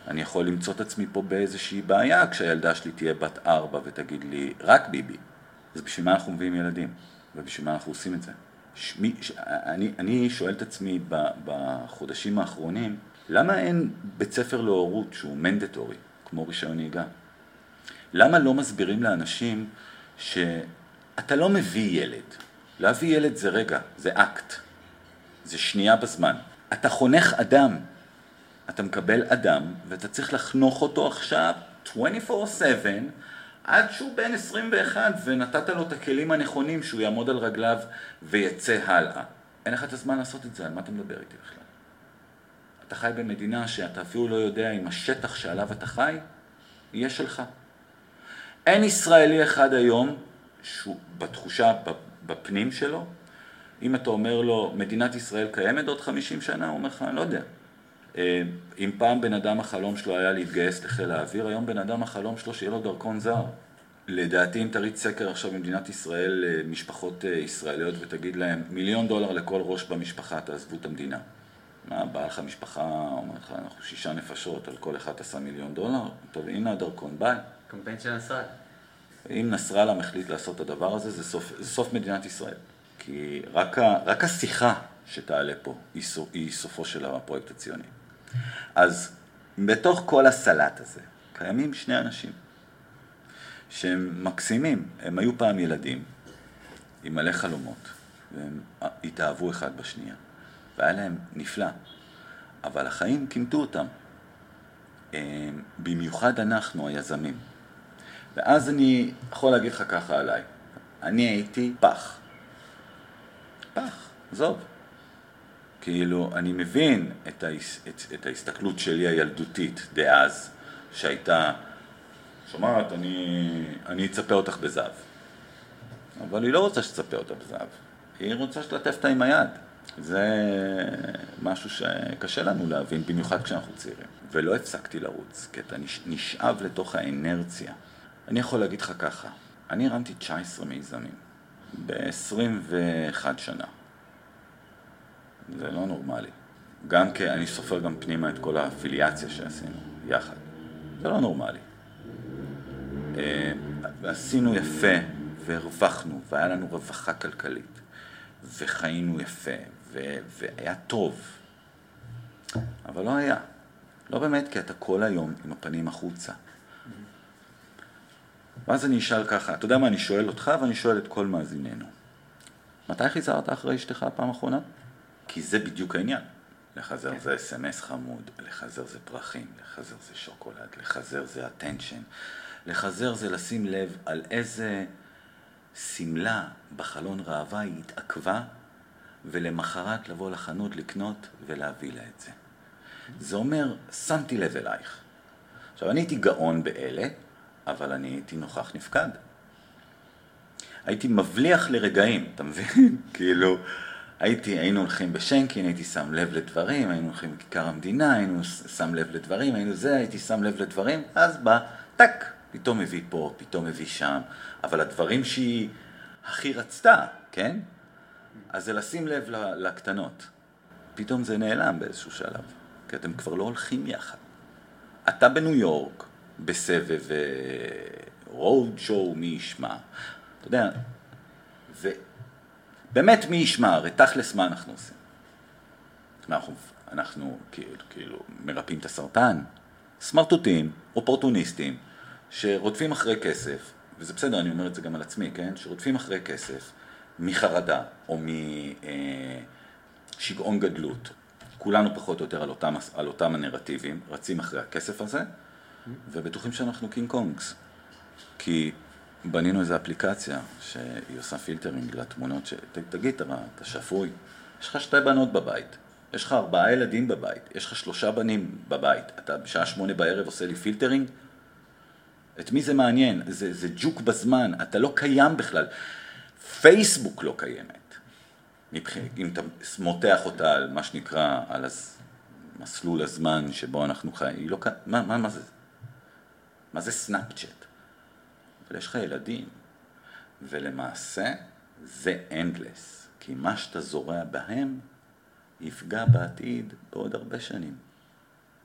אני יכול למצוא את עצמי פה באיזושהי בעיה כשהילדה שלי תהיה בת ארבע ותגיד לי, רק ביבי. אז בשביל מה אנחנו מביאים ילדים? ובשביל מה אנחנו עושים את זה? שמי, ש... אני, אני שואל את עצמי בחודשים האחרונים, למה אין בית ספר להורות שהוא מנדטורי, כמו רישיון נהיגה? למה לא מסבירים לאנשים שאתה לא מביא ילד? להביא ילד זה רגע, זה אקט, זה שנייה בזמן. אתה חונך אדם, אתה מקבל אדם, ואתה צריך לחנוך אותו עכשיו עשרים וארבע שבע, עד שהוא בן עשרים ואחת, ונתת לו את הכלים הנכונים שהוא יעמוד על רגליו ויצא הלאה. אין לך את הזמן לעשות את זה, על מה אתה מדבר איתי בכלל? אתה חי במדינה שאתה אפילו לא יודע אם השטח שעליו אתה חי, יהיה שלך. אין ישראלי אחד היום, שהוא בתחושה, בפנים שלו, אם אתה אומר לו, מדינת ישראל קיימת עוד חמישים שנה, הוא אומר לך, אני לא יודע. אם פעם בן אדם החלום שלו היה להתגייס לחיל האוויר, היום בן אדם החלום שלו שיהיה לו דרכון זר. לדעתי אם תריץ סקר עכשיו במדינת ישראל, משפחות ישראליות, ותגיד להם, מיליון דולר לכל ראש במשפחה, תעזבו את המדינה. מה, בא לך משפחה, אומר לך, אנחנו שישה נפשות, על כל אחד עשה מיליון דולר, טוב, הנה הדרכון, ביי. קמפיין של נסראללה. אם נסראללה מחליט לעשות את הדבר הזה, זה סוף, זה סוף מדינת ישראל. כי רק, רק השיחה שתעלה פה היא, היא סופו של הפרויקט הציוני. אז בתוך כל הסלט הזה קיימים שני אנשים שהם מקסימים, הם היו פעם ילדים עם מלא חלומות והם התאהבו אחד בשנייה והיה להם נפלא, אבל החיים קימתו אותם, במיוחד אנחנו היזמים. ואז אני יכול להגיד לך ככה עליי, אני הייתי פח פח, עזוב. כאילו, אני מבין את, ההס... את, את ההסתכלות שלי הילדותית דאז, שהייתה, שומעת, אני, אני אצפה אותך בזהב. אבל היא לא רוצה שתצפה אותה בזהב. היא רוצה שתלטף אותה עם היד. זה משהו שקשה לנו להבין, במיוחד כשאנחנו צעירים. ולא הפסקתי לרוץ, כי אתה נשאב לתוך האנרציה. אני יכול להגיד לך ככה, אני הרמתי תשע עשרה מיזמים, ב-עשרים ואחת שנה. זה לא נורמלי. גם כי אני סופר גם פנימה את כל האפיליאציה שעשינו יחד. זה לא נורמלי. ועשינו יפה והרווחנו, והיה לנו רווחה כלכלית, וחיינו יפה, ו- והיה טוב. אבל לא היה. לא באמת, כי אתה כל היום עם הפנים החוצה. ואז אני אשאל ככה, אתה יודע מה, אני שואל אותך ואני שואל את כל מאזיננו. מתי חיזרת אחרי אשתך הפעם האחרונה? כי זה בדיוק העניין. לחזר זה אס אם אס חמוד, לחזר זה פרחים, לחזר זה שוקולד, לחזר זה attention, לחזר זה לשים לב על איזה סמלה בחלון ראווה היא התעכבה, ולמחרת לבוא לחנות לקנות ולהביא לה את זה. זה אומר, שמתי לב אלייך. עכשיו, אני הייתי גאון באלה, אבל אני הייתי נוכח נפקד. הייתי מבליח לרגעים, אתה מבין? כאילו, הייתי, היינו הולכים בשנקין, הייתי שם לב לדברים, היינו הולכים בכיכר המדינה, היינו שם לב לדברים, היינו זה, הייתי שם לב לדברים, אז בא, טק, פתאום מביא פה, פתאום מביא שם, אבל הדברים שהיא הכי רצתה, כן? אז זה לשים לב לקטנות. פתאום זה נעלם באיזשהו שלב, כי אתם כבר לא הולכים יחד. אתה בניו יורק, בסבב רוד שואו, מי ישמע, אתה יודע, ובאמת מי ישמע, הרי תכלס מה אנחנו עושים? אנחנו, אנחנו כאילו, כאילו מרפאים את הסרטן, סמרטוטים, אופורטוניסטים, שרודפים אחרי כסף, וזה בסדר, אני אומר את זה גם על עצמי, כן? שרודפים אחרי כסף מחרדה או משגעון גדלות. כולנו פחות או יותר על אותם, על אותם הנרטיבים, רצים אחרי הכסף הזה, ובטוחים שאנחנו קינג קונגס. כי בנינו איזו אפליקציה שהיא עושה פילטרינג לתמונות, ש... תגיד, אתה, אתה שפוי, יש לך שתי בנות בבית, יש לך ארבעה ילדים בבית, יש לך שלושה בנים בבית, אתה בשעה שמונה בערב עושה לי פילטרינג? את מי זה מעניין? זה, זה ג'וק בזמן, אתה לא קיים בכלל. פייסבוק לא קיימת. אם אתה מותח אותה על מה שנקרא, על מסלול הזמן שבו אנחנו חיים, היא לא קיימת. מה, מה, מה זה? מה זה סנאפצ'אט? אבל יש לך ילדים, ולמעשה זה endless, כי מה שאתה זורע בהם יפגע בעתיד בעוד הרבה שנים.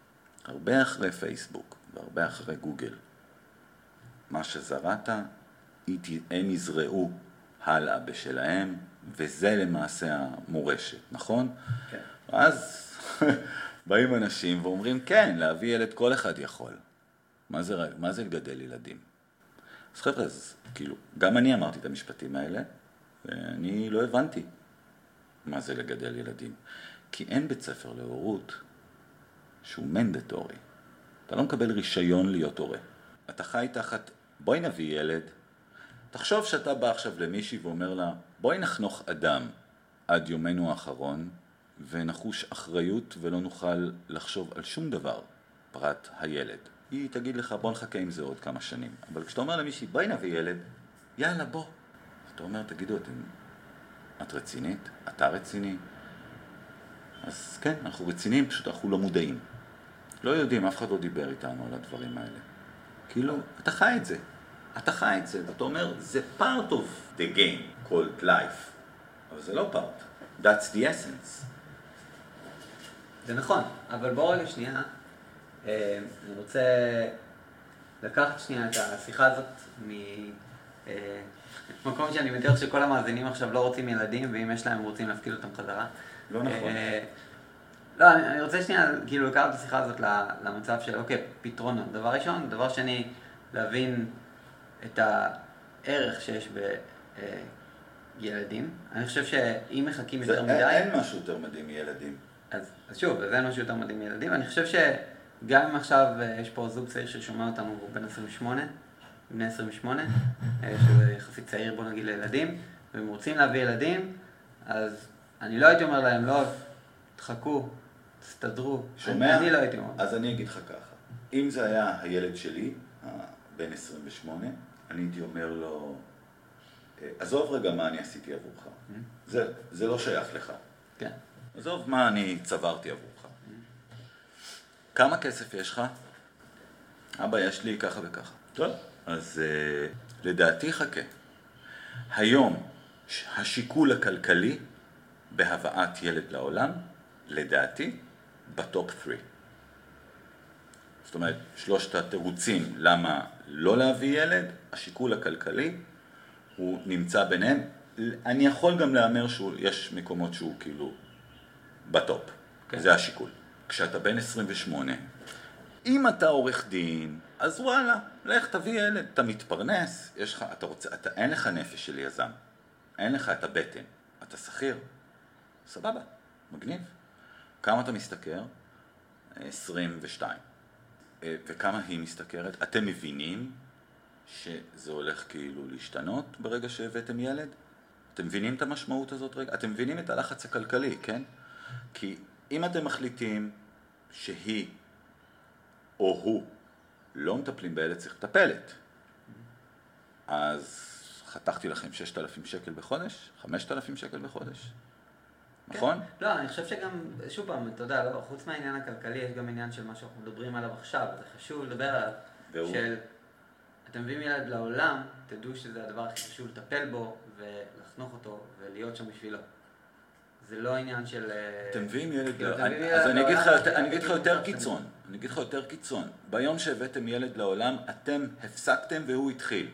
הרבה אחרי פייסבוק והרבה אחרי גוגל. מה שזרעת, הם יזרעו הלאה בשלהם, וזה למעשה המורשת, נכון? כן. אז באים אנשים ואומרים, כן, להביא ילד כל אחד יכול. מה זה, מה זה לגדל ילדים? אז חבר'ה, אז כאילו, גם אני אמרתי את המשפטים האלה, ואני לא הבנתי מה זה לגדל ילדים. כי אין בית ספר להורות שהוא מנדטורי. אתה לא מקבל רישיון להיות הורה. אתה חי תחת, בואי נביא ילד. תחשוב שאתה בא עכשיו למישהי ואומר לה, בואי נחנוך אדם עד יומנו האחרון, ונחוש אחריות ולא נוכל לחשוב על שום דבר, פרט הילד. היא תגיד לך, בוא נחכה עם זה עוד כמה שנים. אבל כשאתה אומר למישהי, בואי נביא ילד, יאללה, בוא. אתה אומר, תגידו, אתם, את רצינית? אתה רציני? אז כן, אנחנו רציניים, פשוט אנחנו לא מודעים. לא יודעים, אף אחד לא דיבר איתנו על הדברים האלה. כאילו, אתה חי את זה. אתה חי את זה, ואתה אומר, זה part of the game called life. אבל זה לא part. That's the essence. זה נכון, אבל בואו רגע שנייה, אני רוצה לקחת שנייה את השיחה הזאת ממקום שאני בטוח שכל המאזינים עכשיו לא רוצים ילדים, ואם יש להם רוצים להפקיד אותם חזרה. לא נכון. לא, אני רוצה שנייה, כאילו, לקחת את השיחה הזאת למצב של, אוקיי, פתרונות. דבר ראשון, דבר שני, להבין את הערך שיש בילדים. אני חושב שאם מחכים יותר מדי... אין משהו יותר מדהים מילדים. אז, אז שוב, אז אין משהו יותר מדהים מילדים. אני חושב שגם אם עכשיו יש פה זוג צעיר ששומע אותנו, הוא בן עשרים ושמונה, בני עשרים ושמונה, שזה יחסית צעיר, בוא נגיד, לילדים, והם רוצים להביא ילדים, אז אני לא הייתי אומר להם, לא, תחכו, תסתדרו. שומע? אני לא הייתי אומר. אז אני אגיד לך ככה. אם זה היה הילד שלי, בן עשרים ושמונה, אני הייתי אומר לו, עזוב רגע מה אני עשיתי עבורך. זה, זה לא שייך לך. כן. עזוב מה אני צברתי עבורך. כמה כסף יש לך? אבא, יש לי ככה וככה. טוב. אז uh, לדעתי חכה. היום השיקול הכלכלי בהבאת ילד לעולם, לדעתי, בטופ שלוש. זאת אומרת, שלושת התירוצים למה לא להביא ילד, השיקול הכלכלי הוא נמצא ביניהם. אני יכול גם לאמר שיש מקומות שהוא כאילו בטופ. Okay. זה השיקול. כשאתה בן עשרים ושמונה, אם אתה עורך דין, אז וואלה, לך תביא ילד, אתה מתפרנס, יש לך, אתה רוצה, אתה, אין לך נפש של יזם, אין לך את הבטן, אתה שכיר, סבבה, מגניב. כמה אתה משתכר? עשרים ושתיים. וכמה היא משתכרת? אתם מבינים שזה הולך כאילו להשתנות ברגע שהבאתם ילד? אתם מבינים את המשמעות הזאת רגע? אתם מבינים את הלחץ הכלכלי, כן? כי אם אתם מחליטים שהיא או הוא לא מטפלים בילד, צריך מטפלת. אז חתכתי לכם ששת אלפים שקל בחודש, חמשת אלפים שקל בחודש. נכון? לא, אני חושב שגם, שוב פעם, אתה יודע, לא, חוץ מהעניין הכלכלי, יש גם עניין של מה שאנחנו מדברים עליו עכשיו. זה חשוב לדבר עליו, של אתם מביאים ילד לעולם, תדעו שזה הדבר הכי חשוב לטפל בו ולחנוך אותו ולהיות שם בשבילו. זה לא עניין של... אתם מביאים ילד לעולם, אז אני אגיד לך יותר קיצון, אני אגיד לך יותר קיצון. ביום שהבאתם ילד לעולם, אתם הפסקתם והוא התחיל.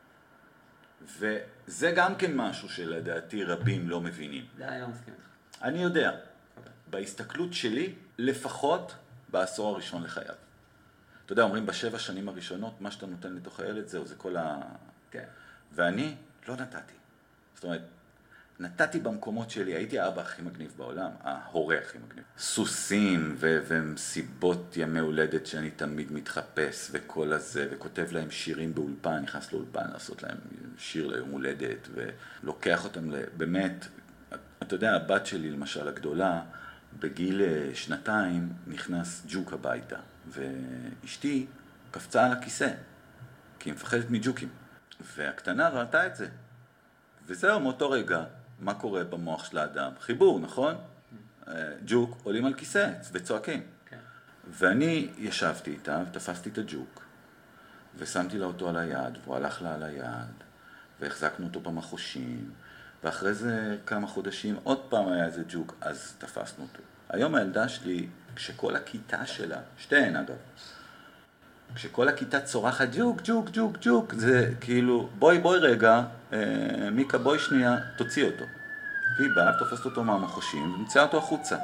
וזה גם כן משהו שלדעתי רבים לא מבינים. זה אני לא מסכים איתך. אני יודע. בהסתכלות שלי, לפחות בעשור הראשון לחייו. אתה יודע, אומרים בשבע שנים הראשונות, מה שאתה נותן לתוך הילד זהו, זה כל ה... כן. ואני לא נתתי. זאת אומרת, נתתי במקומות שלי, הייתי האבא הכי מגניב בעולם, ההורה הכי מגניב. סוסים ו- ומסיבות ימי הולדת שאני תמיד מתחפש וכל הזה, וכותב להם שירים באולפן, נכנס לאולפן לעשות להם שיר ליום הולדת, ולוקח אותם באמת, אתה יודע, הבת שלי למשל הגדולה, בגיל שנתיים נכנס ג'וק הביתה, ואשתי קפצה על הכיסא, כי היא מפחדת מג'וקים. והקטנה ראתה את זה. וזהו, מאותו רגע, מה קורה במוח של האדם? חיבור, נכון? ג'וק עולים על כיסא וצועקים. כן. ואני ישבתי איתה ותפסתי את הג'וק, ושמתי לה אותו על היד, והוא הלך לה על היד, והחזקנו אותו במחושים, ואחרי זה כמה חודשים עוד פעם היה איזה ג'וק, אז תפסנו אותו. היום הילדה שלי, כשכל הכיתה שלה, שתיהן אגב, כשכל הכיתה צורחת ג'וק, ג'וק, ג'וק, ג'וק, זה כאילו, בואי, בואי רגע, אה, מיקה, בואי שנייה, תוציא אותו. והיא באה, תופסת אותו מהמחושים, ומציעה אותו החוצה.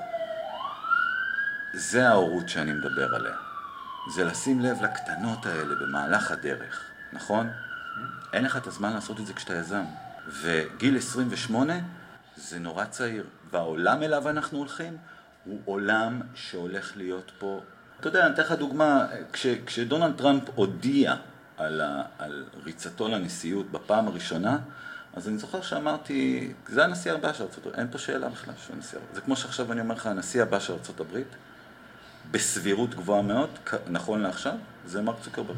זה ההורות שאני מדבר עליה. זה לשים לב לקטנות האלה במהלך הדרך, נכון? אין לך את הזמן לעשות את זה כשאתה יזם. וגיל עשרים ושמונה זה נורא צעיר, והעולם אליו אנחנו הולכים הוא עולם שהולך להיות פה. אתה יודע, אני אתן לך דוגמה, כש, כשדונלד טראמפ הודיע על, ה, על ריצתו לנשיאות בפעם הראשונה, אז אני זוכר שאמרתי, זה הנשיא הבא של ארצות הברית, אין פה שאלה בכלל של הנשיא הבא. זה כמו שעכשיו אני אומר לך, הנשיא הבא של ארצות הברית, בסבירות גבוהה מאוד, נכון לעכשיו, זה מרק צוקרברג.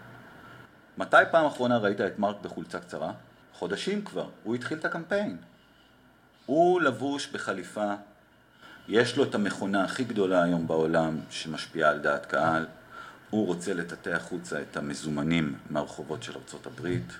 מתי פעם אחרונה ראית את מרק בחולצה קצרה? חודשים כבר, הוא התחיל את הקמפיין. הוא לבוש בחליפה, יש לו את המכונה הכי גדולה היום בעולם שמשפיעה על דעת קהל, הוא רוצה לטאטא החוצה את המזומנים מהרחובות של ארצות הברית.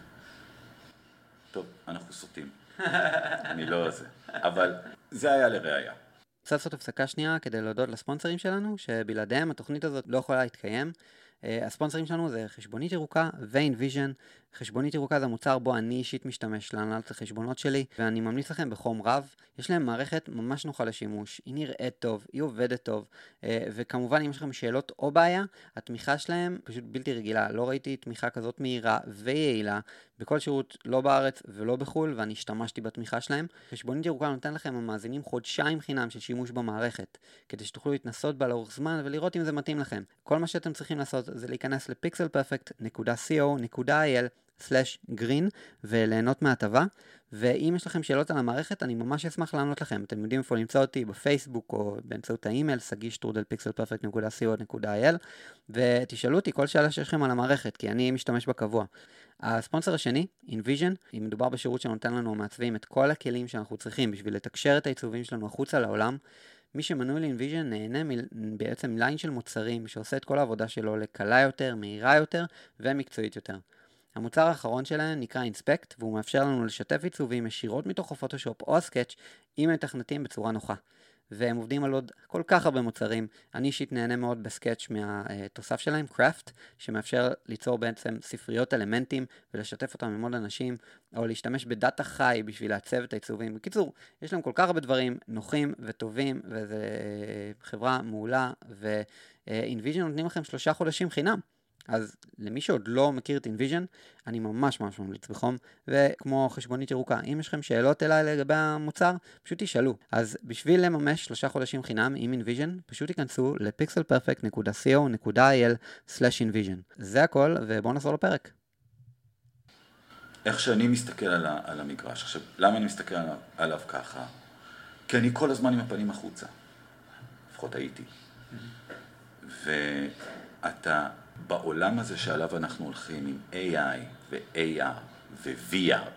טוב, אנחנו סוטים. אני לא זה. אבל זה היה לראיה. רוצה לעשות הפסקה שנייה כדי להודות לספונסרים שלנו, שבלעדיהם התוכנית הזאת לא יכולה להתקיים. הספונסרים שלנו זה חשבונית ירוקה ו-InVision. חשבונית ירוקה זה המוצר בו אני אישית משתמש להנהלת החשבונות שלי, ואני ממליץ לכם בחום רב. יש להם מערכת ממש נוחה לשימוש, היא נראית טוב, היא עובדת טוב, וכמובן אם יש לכם שאלות או בעיה, התמיכה שלהם פשוט בלתי רגילה. לא ראיתי תמיכה כזאת מהירה ויעילה בכל שירות, לא בארץ ולא בחול, ואני השתמשתי בתמיכה שלהם. חשבונית ירוקה נותן לכם המאזינים חודשיים חינם של שימוש במערכת, כדי שתוכלו להתנסות בה לאורך זמן ולראות אם זה מתאים לכם. כל מה שאתם צריכים לעשות זה להיכנס ל-פיקסל פרפקט נקודה קו נקודה איי אל סלש גרין וליהנות מהטבה. ואם יש לכם שאלות על המערכת, אני ממש אשמח לענות לכם. אתם יודעים איפה למצוא אותי בפייסבוק או באמצעות האימייל, סגיש טרודל פיקסל פרפקט נקודה קו נקודה איי אל, ותשאלו אותי כל שאלה שיש לכם על המערכת, כי אני משתמש בה קבוע. הספונסר השני, InVision, אם מדובר בשירות שנותן לנו מעצבים את כל הכלים שאנחנו צריכים בשביל לתקשר את העיצובים שלנו החוצה לעולם. מי שמנוי ל-InVision נהנה מ- בעצם ליין של מוצרים שעושה את כל העבודה שלו לקלה יותר, מהירה יותר ומקצועית יותר. המוצר האחרון שלהם נקרא Inspect, והוא מאפשר לנו לשתף עיצובים ישירות מתוך הפוטושופ או הסקץ' עם מתכנתים בצורה נוחה. והם עובדים על עוד כל כך הרבה מוצרים. אני אישית נהנה מאוד בסקץ' מהתוסף שלהם, Craft, שמאפשר ליצור בעצם ספריות אלמנטים ולשתף אותם עם עוד אנשים, או להשתמש בדאטה חי בשביל לעצב את העיצובים. בקיצור, יש להם כל כך הרבה דברים נוחים וטובים, וזו חברה מעולה, ו-InVision נותנים לכם שלושה חודשים חינם. אז למי שעוד לא מכיר את InVision, אני ממש ממש ממליץ בחום, וכמו חשבונית ירוקה, אם יש לכם שאלות אליי לגבי המוצר, פשוט תשאלו. אז בשביל לממש שלושה חודשים חינם עם InVision, פשוט תיכנסו ל-פיקסל פרפקט נקודה קו נקודה איי אל סלש אינוויז'ן. זה הכל, ובואו נחזור לפרק. איך שאני מסתכל על, ה- על המגרש, עכשיו, למה אני מסתכל עליו, עליו ככה? כי אני כל הזמן עם הפנים החוצה. לפחות הייתי. ואתה... בעולם הזה שעליו אנחנו הולכים עם איי איי ו-איי אר ו-וי אר,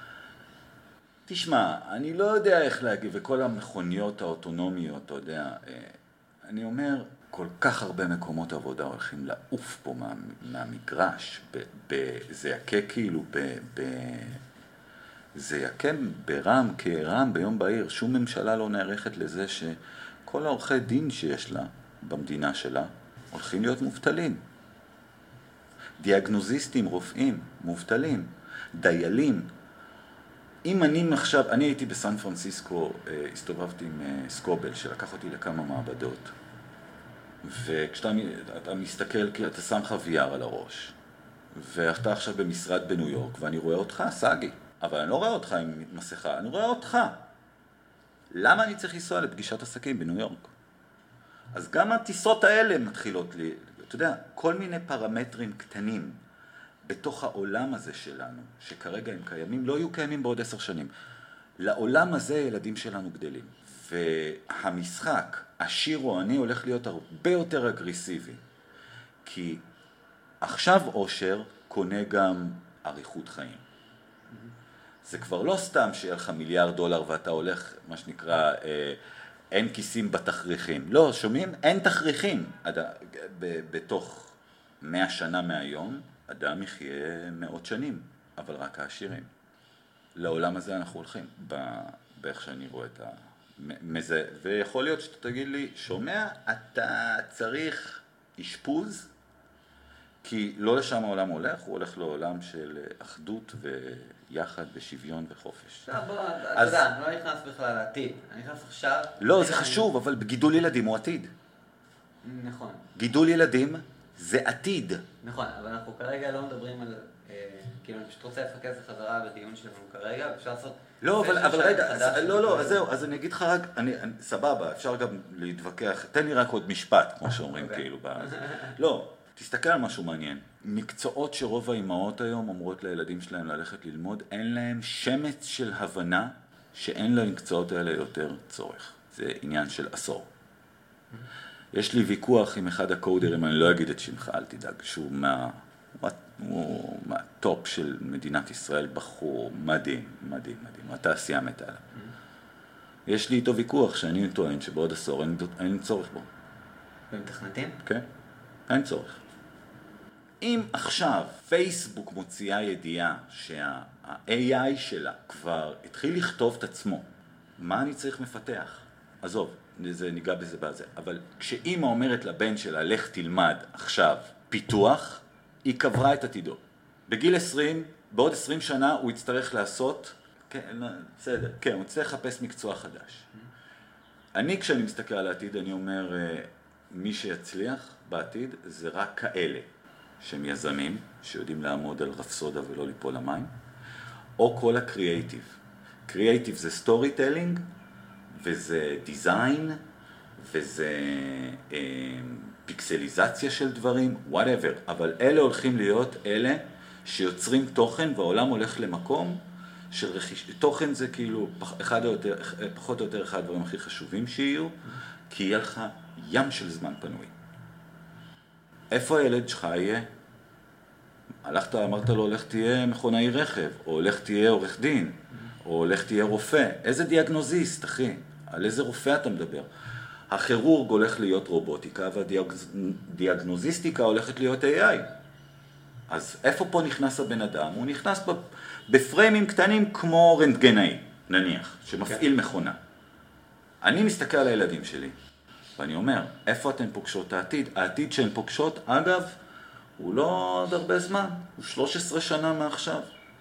תשמע, אני לא יודע איך להגיד, וכל המכוניות האוטונומיות, אתה יודע, אני אומר, כל כך הרבה מקומות עבודה הולכים לעוף פה מה, מהמגרש, ב, ב, זה יקה כאילו, ב, ב, זה יקה ברם כרם ביום בהיר, שום ממשלה לא נערכת לזה שכל העורכי דין שיש לה במדינה שלה הולכים להיות מובטלים. דיאגנוזיסטים, רופאים, מובטלים, דיילים. אם אני עכשיו, אני הייתי בסן פרנסיסקו, הסתובבתי עם סקובל שלקח אותי לכמה מעבדות. וכשאתה אתה מסתכל, כי אתה שם לך וי אר על הראש. ואתה עכשיו במשרד בניו יורק, ואני רואה אותך, סגי. אבל אני לא רואה אותך עם מסכה, אני רואה אותך. למה אני צריך לנסוע לפגישת עסקים בניו יורק? אז גם הטיסות האלה מתחילות לי, אתה יודע, כל מיני פרמטרים קטנים בתוך העולם הזה שלנו, שכרגע הם קיימים, לא יהיו קיימים בעוד עשר שנים. לעולם הזה ילדים שלנו גדלים. והמשחק, השיר או אני, הולך להיות הרבה יותר אגרסיבי. כי עכשיו אושר קונה גם אריכות חיים. זה כבר לא סתם שיהיה לך מיליארד דולר ואתה הולך, מה שנקרא, אה, אין כיסים בתכריכים. לא, שומעים? אין תכריכים. אד... ב... בתוך מאה שנה מהיום, אדם יחיה מאות שנים, אבל רק העשירים. לעולם הזה אנחנו הולכים, ב... באיך שאני רואה את מזה, ויכול להיות שאתה תגיד לי, שומע, אתה צריך אשפוז, כי לא לשם העולם הולך, הוא הולך לעולם של אחדות ויחד ושוויון וחופש. לא, בוא, אתה יודע, אני לא נכנס בכלל לעתיד, אני נכנס עכשיו... לא, זה חשוב, אבל גידול ילדים הוא עתיד. נכון. גידול ילדים זה עתיד. נכון, אבל אנחנו כרגע לא מדברים על... כאילו, אני פשוט רוצה לפקס לחזרה בדיון שלנו כרגע, ואפשר לעשות... לא, אבל, אבל רגע, לא, לא, אז זהו, אז אני אגיד לך רק, אני, אני, סבבה, אפשר גם להתווכח, תן לי רק עוד משפט, כמו שאומרים כאילו, באז. לא, תסתכל על משהו מעניין. מקצועות שרוב האימהות היום אומרות לילדים שלהם ללכת ללמוד, אין להם שמץ של הבנה שאין למקצועות האלה יותר צורך. זה עניין של עשור. יש לי ויכוח עם אחד הקודרים, אני לא אגיד את שמך, אל תדאג, שהוא מה... הוא מהטופ של מדינת ישראל, בחור מדהים, מדהים, מדהים, התעשייה מתה עליו. יש לי איתו ויכוח שאני טוען שבעוד עשור אין, אין צורך בו. במתכנתים? כן, אין צורך. אם עכשיו פייסבוק מוציאה ידיעה שה-איי איי שלה כבר התחיל לכתוב את עצמו, מה אני צריך מפתח? עזוב, זה ניגע בזה בזה. אבל כשאימא אומרת לבן שלה, לך תלמד עכשיו פיתוח, היא קברה את עתידו. בגיל עשרים, בעוד עשרים שנה הוא יצטרך לעשות, כן, בסדר, כן, הוא יצטרך לחפש מקצוע חדש. אני, כשאני מסתכל על העתיד, אני אומר, מי שיצליח בעתיד זה רק כאלה שהם יזמים, שיודעים לעמוד על רפסודה ולא ליפול למים, או כל הקריאייטיב. קריאייטיב זה סטורי טלינג, וזה דיזיין, וזה אה, פיקסליזציה של דברים, whatever. אבל אלה הולכים להיות אלה שיוצרים תוכן, והעולם הולך למקום של רכיש... תוכן זה כאילו אחד או יותר, פחות או יותר אחד הדברים הכי חשובים שיהיו, כי יהיה לך ים של זמן פנוי. איפה הילד שלך יהיה? הלכת, אמרת לו, הולך תהיה מכונאי רכב, או הולך תהיה עורך דין, או הולך תהיה רופא. איזה דיאגנוזיסט, אחי? על איזה רופא אתה מדבר? הכירורג הולך להיות רובוטיקה, והדיאגנוזיסטיקה הולכת להיות איי איי. אז איפה פה נכנס הבן אדם? הוא נכנס בפריימים קטנים כמו רנטגנאי, נניח, שמפעיל מכונה. אני מסתכל על הילדים שלי, ואני אומר, איפה אתן פוגשות העתיד? העתיד שהן פוגשות, אגב, הוא לא עוד הרבה זמן, הוא שלוש עשרה שנה מעכשיו.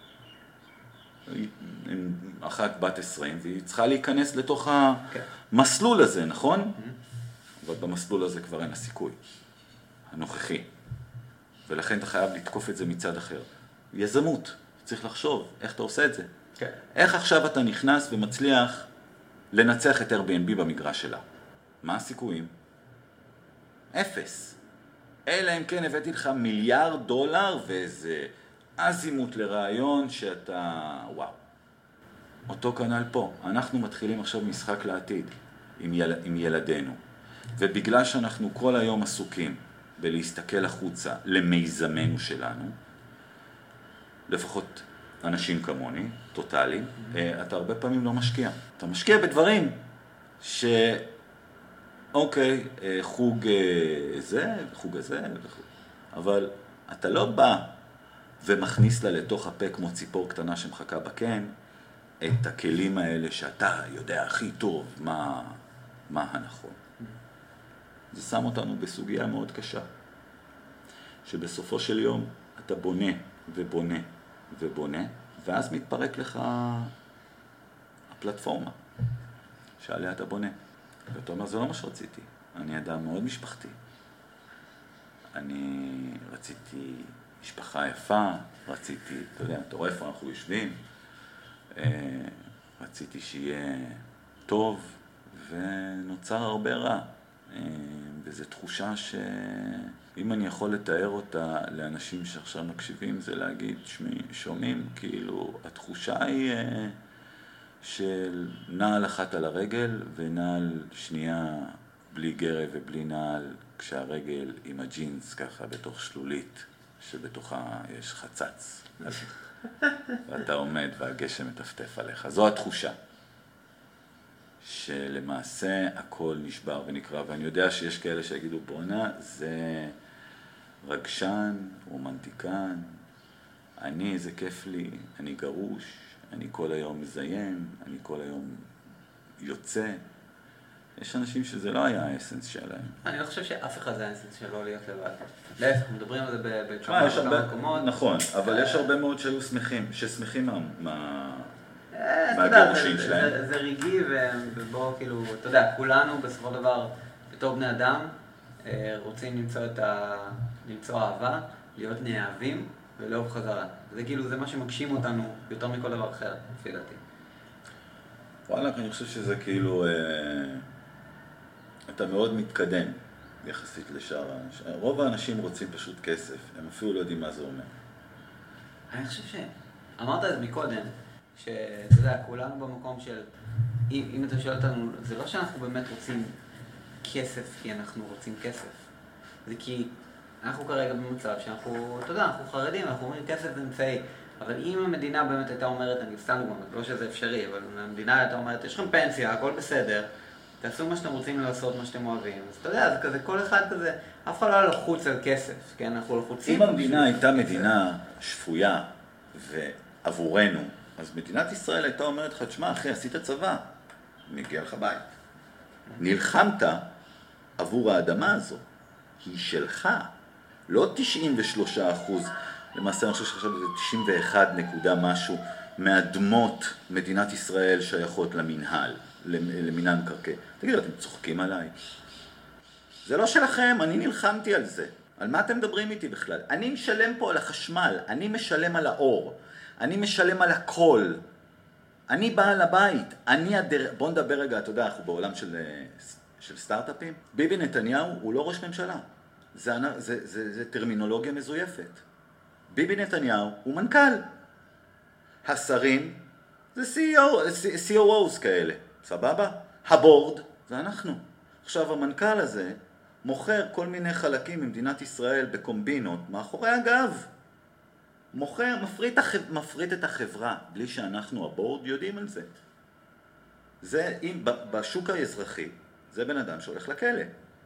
אחת בת עשרים, והיא צריכה להיכנס לתוך המסלול הזה, נכון? אבל במסלול הזה כבר אין הסיכוי, הנוכחי. ולכן אתה חייב לתקוף את זה מצד אחר. יזמות, צריך לחשוב איך אתה עושה את זה. כן. איך עכשיו אתה נכנס ומצליח לנצח את Airbnb במגרש שלה? מה הסיכויים? אפס. אלא אם כן הבאתי לך מיליארד דולר ואיזה אזימות לרעיון שאתה, וואו. אותו כנל פה. אנחנו מתחילים עכשיו משחק לעתיד עם, יל... עם ילדינו. ובגלל שאנחנו כל היום עסוקים בלהסתכל החוצה למיזמנו שלנו, לפחות אנשים כמוני, טוטלי, אתה הרבה פעמים לא משקיע. אתה משקיע בדברים ש... אוקיי, חוג זה, חוג הזה, אבל אתה לא בא ומכניס לה לתוך הפה כמו ציפור קטנה שמחכה בקן, את הכלים האלה שאתה יודע הכי טוב מה, מה הנכון. זה שם אותנו בסוגיה מאוד קשה, שבסופו של יום אתה בונה ובונה ובונה, ואז מתפרק לך הפלטפורמה שעליה אתה בונה. ואתה אומר, זה לא מה שרציתי. אני אדם מאוד משפחתי. אני רציתי משפחה יפה, רציתי, אתה יודע, אתה רואה איפה אנחנו יושבים, רציתי שיהיה טוב, ונוצר הרבה רע. וזו תחושה שאם אני יכול לתאר אותה לאנשים שעכשיו מקשיבים, זה להגיד, שומעים, כאילו, התחושה היא של נעל אחת על הרגל ונעל שנייה בלי גרב ובלי נעל, כשהרגל עם הג'ינס ככה בתוך שלולית שבתוכה יש חצץ. ואתה עומד והגשם מטפטף עליך. זו התחושה. שלמעשה הכל נשבר ונקרא, ואני יודע שיש כאלה שיגידו, בונה, זה רגשן, רומנטיקן, אני, זה כיף לי, אני גרוש, אני כל היום מזיין, אני כל היום יוצא. יש אנשים שזה לא היה האסנס שלהם. אני לא חושב שאף אחד זה האסנס שלו להיות לבד. להפך, מדברים על זה בכמה מקומות. נכון, אבל יש הרבה מאוד שהיו שמחים, ששמחים מה... מהגירושים שלהם. זה ריגי, ובוא כאילו, אתה יודע, כולנו בסופו של דבר, בתור בני אדם, רוצים למצוא את ה... למצוא אהבה, להיות נאהבים ולאהוב חזרה. זה כאילו, זה מה שמגשים אותנו יותר מכל דבר אחר, לפי דעתי. וואלה, אני חושב שזה כאילו... אתה מאוד מתקדם יחסית לשאר האנשים. רוב האנשים רוצים פשוט כסף, הם אפילו לא יודעים מה זה אומר. אני חושב ש... אמרת את זה מקודם, שאתה יודע, כולנו במקום של... אם, אם אתה שואל אותנו, זה לא שאנחנו באמת רוצים כסף כי אנחנו רוצים כסף. זה כי אנחנו כרגע במצב שאנחנו, אתה יודע, אנחנו חרדים, אנחנו אומרים כסף זה אמצעי. אבל אם המדינה באמת הייתה אומרת, אני סתם דוגמא, לא שזה אפשרי, אבל המדינה הייתה אומרת, יש לכם פנסיה, הכל בסדר, תעשו מה שאתם רוצים לעשות, מה שאתם אוהבים. אז אתה יודע, זה כזה, כל אחד כזה, אף אחד לא לחוץ על כסף, כן? אנחנו לחוצים. אם המדינה הייתה מדינה שפויה ועבורנו, אז מדינת ישראל הייתה אומרת לך, תשמע, אחי, עשית צבא, מגיע לך בית. נלחמת עבור האדמה הזו, היא שלך, לא תשעים ושלושה אחוז, למעשה אני חושב שעכשיו זה תשעים ואחת נקודה משהו מאדמות מדינת ישראל שייכות למנהל, למינהל מקרקעי. תגידו, אתם צוחקים עליי? זה לא שלכם, אני נלחמתי על זה. על מה אתם מדברים איתי בכלל? אני משלם פה על החשמל, אני משלם על האור, אני משלם על הכל. אני בעל הבית, אני הדר... בוא נדבר רגע, אתה יודע, אנחנו בעולם של, של סטארט-אפים. ביבי נתניהו הוא לא ראש ממשלה. זה, זה, זה, זה טרמינולוגיה מזויפת. ביבי נתניהו הוא מנכ"ל. השרים זה סי או או'ס כאלה, סבבה? הבורד זה אנחנו. עכשיו המנכ"ל הזה מוכר כל מיני חלקים ממדינת ישראל בקומבינות מאחורי הגב. מוכר, מפריט, החב... מפריט את החברה, בלי שאנחנו, הבורד, יודעים על זה. זה, אם, בשוק האזרחי, זה בן אדם שהולך לכלא.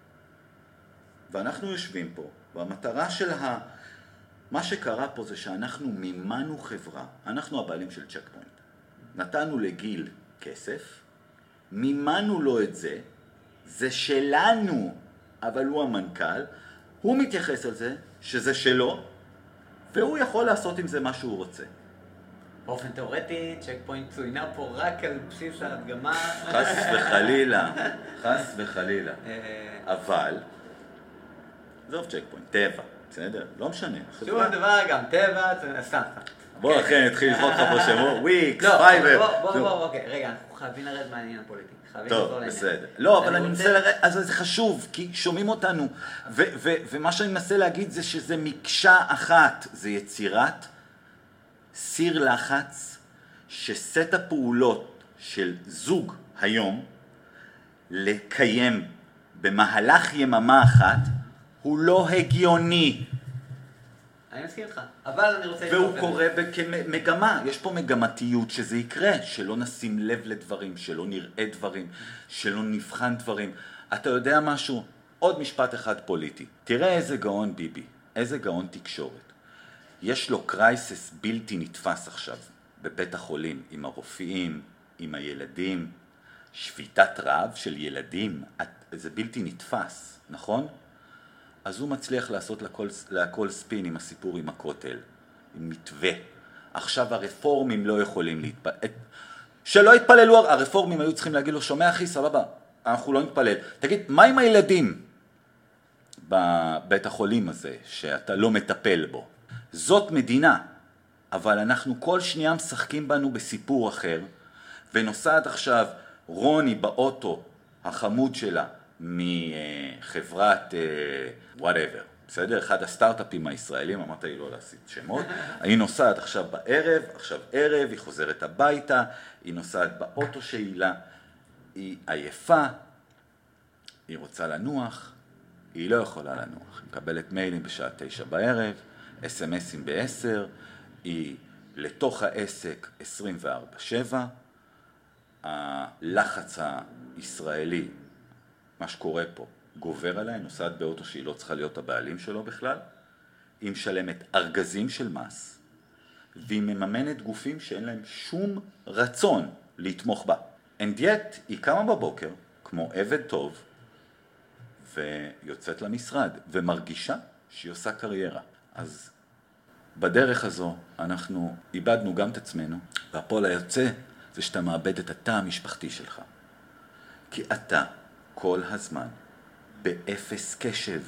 ואנחנו יושבים פה, והמטרה של ה... מה שקרה פה זה שאנחנו מימנו חברה, אנחנו הבעלים של צ'ק פוינט. נתנו לגיל כסף, מימנו לו את זה, זה שלנו, אבל הוא המנכ"ל, הוא מתייחס על זה, שזה שלו, והוא יכול לעשות עם זה מה שהוא רוצה. באופן תיאורטי, צ'ק פוינט צוינה פה רק על בסיס ההדגמה. חס וחלילה, חס וחלילה. אבל, זוב צ'ק פוינט, טבע, בסדר? לא משנה. שוב דבר גם, טבע, סתם. בוא אחרי נתחיל לבחור לך פה שמות, וויקס, פייבר. בוא, בוא, בוא, אוקיי, רגע, אנחנו חייבים לרד מהעניין הפוליטי. טוב, בסדר. לא, אבל אני מנסה לראות, אז זה חשוב, כי שומעים אותנו, ומה שאני מנסה להגיד זה שזה מקשה אחת, זה יצירת סיר לחץ, שסט הפעולות של זוג היום, לקיים במהלך יממה אחת, הוא לא הגיוני. אני מסכים איתך, אבל אני רוצה... והוא קורה כמגמה, יש פה מגמתיות שזה יקרה, שלא נשים לב לדברים, שלא נראה דברים, שלא נבחן דברים. אתה יודע משהו? עוד משפט אחד פוליטי. תראה איזה גאון ביבי, איזה גאון תקשורת. יש לו קרייסס בלתי נתפס עכשיו, בבית החולים, עם הרופאים, עם הילדים, שביתת רעב של ילדים, זה בלתי נתפס, נכון? אז הוא מצליח לעשות לכל, לכל ספין עם הסיפור עם הכותל, עם מתווה. עכשיו הרפורמים לא יכולים להתפלל. שלא התפללו, הרפורמים היו צריכים להגיד לו, שומע אחי, סבבה, אנחנו לא נתפלל. תגיד, מה עם הילדים בבית החולים הזה, שאתה לא מטפל בו? זאת מדינה, אבל אנחנו כל שנייה משחקים בנו בסיפור אחר, ונוסעת עכשיו רוני באוטו, החמוד שלה, מחברת whatever, בסדר? אחד הסטארט-אפים הישראלים, אמרת לי לא להסיט שמות, היא נוסעת עכשיו בערב, עכשיו ערב, היא חוזרת הביתה, היא נוסעת באוטו שהילה, היא עייפה, היא רוצה לנוח, היא לא יכולה לנוח, היא מקבלת מיילים בשעה תשע בערב, אס אם אסים בעשר, היא לתוך העסק עשרים וארבע שבע, הלחץ הישראלי, מה שקורה פה, גובר עליה, נוסעת באוטו שהיא לא צריכה להיות הבעלים שלו בכלל, היא משלמת ארגזים של מס, והיא מממנת גופים שאין להם שום רצון לתמוך בה. And yet, היא קמה בבוקר, כמו עבד טוב, ויוצאת למשרד, ומרגישה שהיא עושה קריירה. אז בדרך הזו אנחנו איבדנו גם את עצמנו, והפועל היוצא זה שאתה מאבד את התא המשפחתי שלך. כי אתה כל הזמן באפס קשב.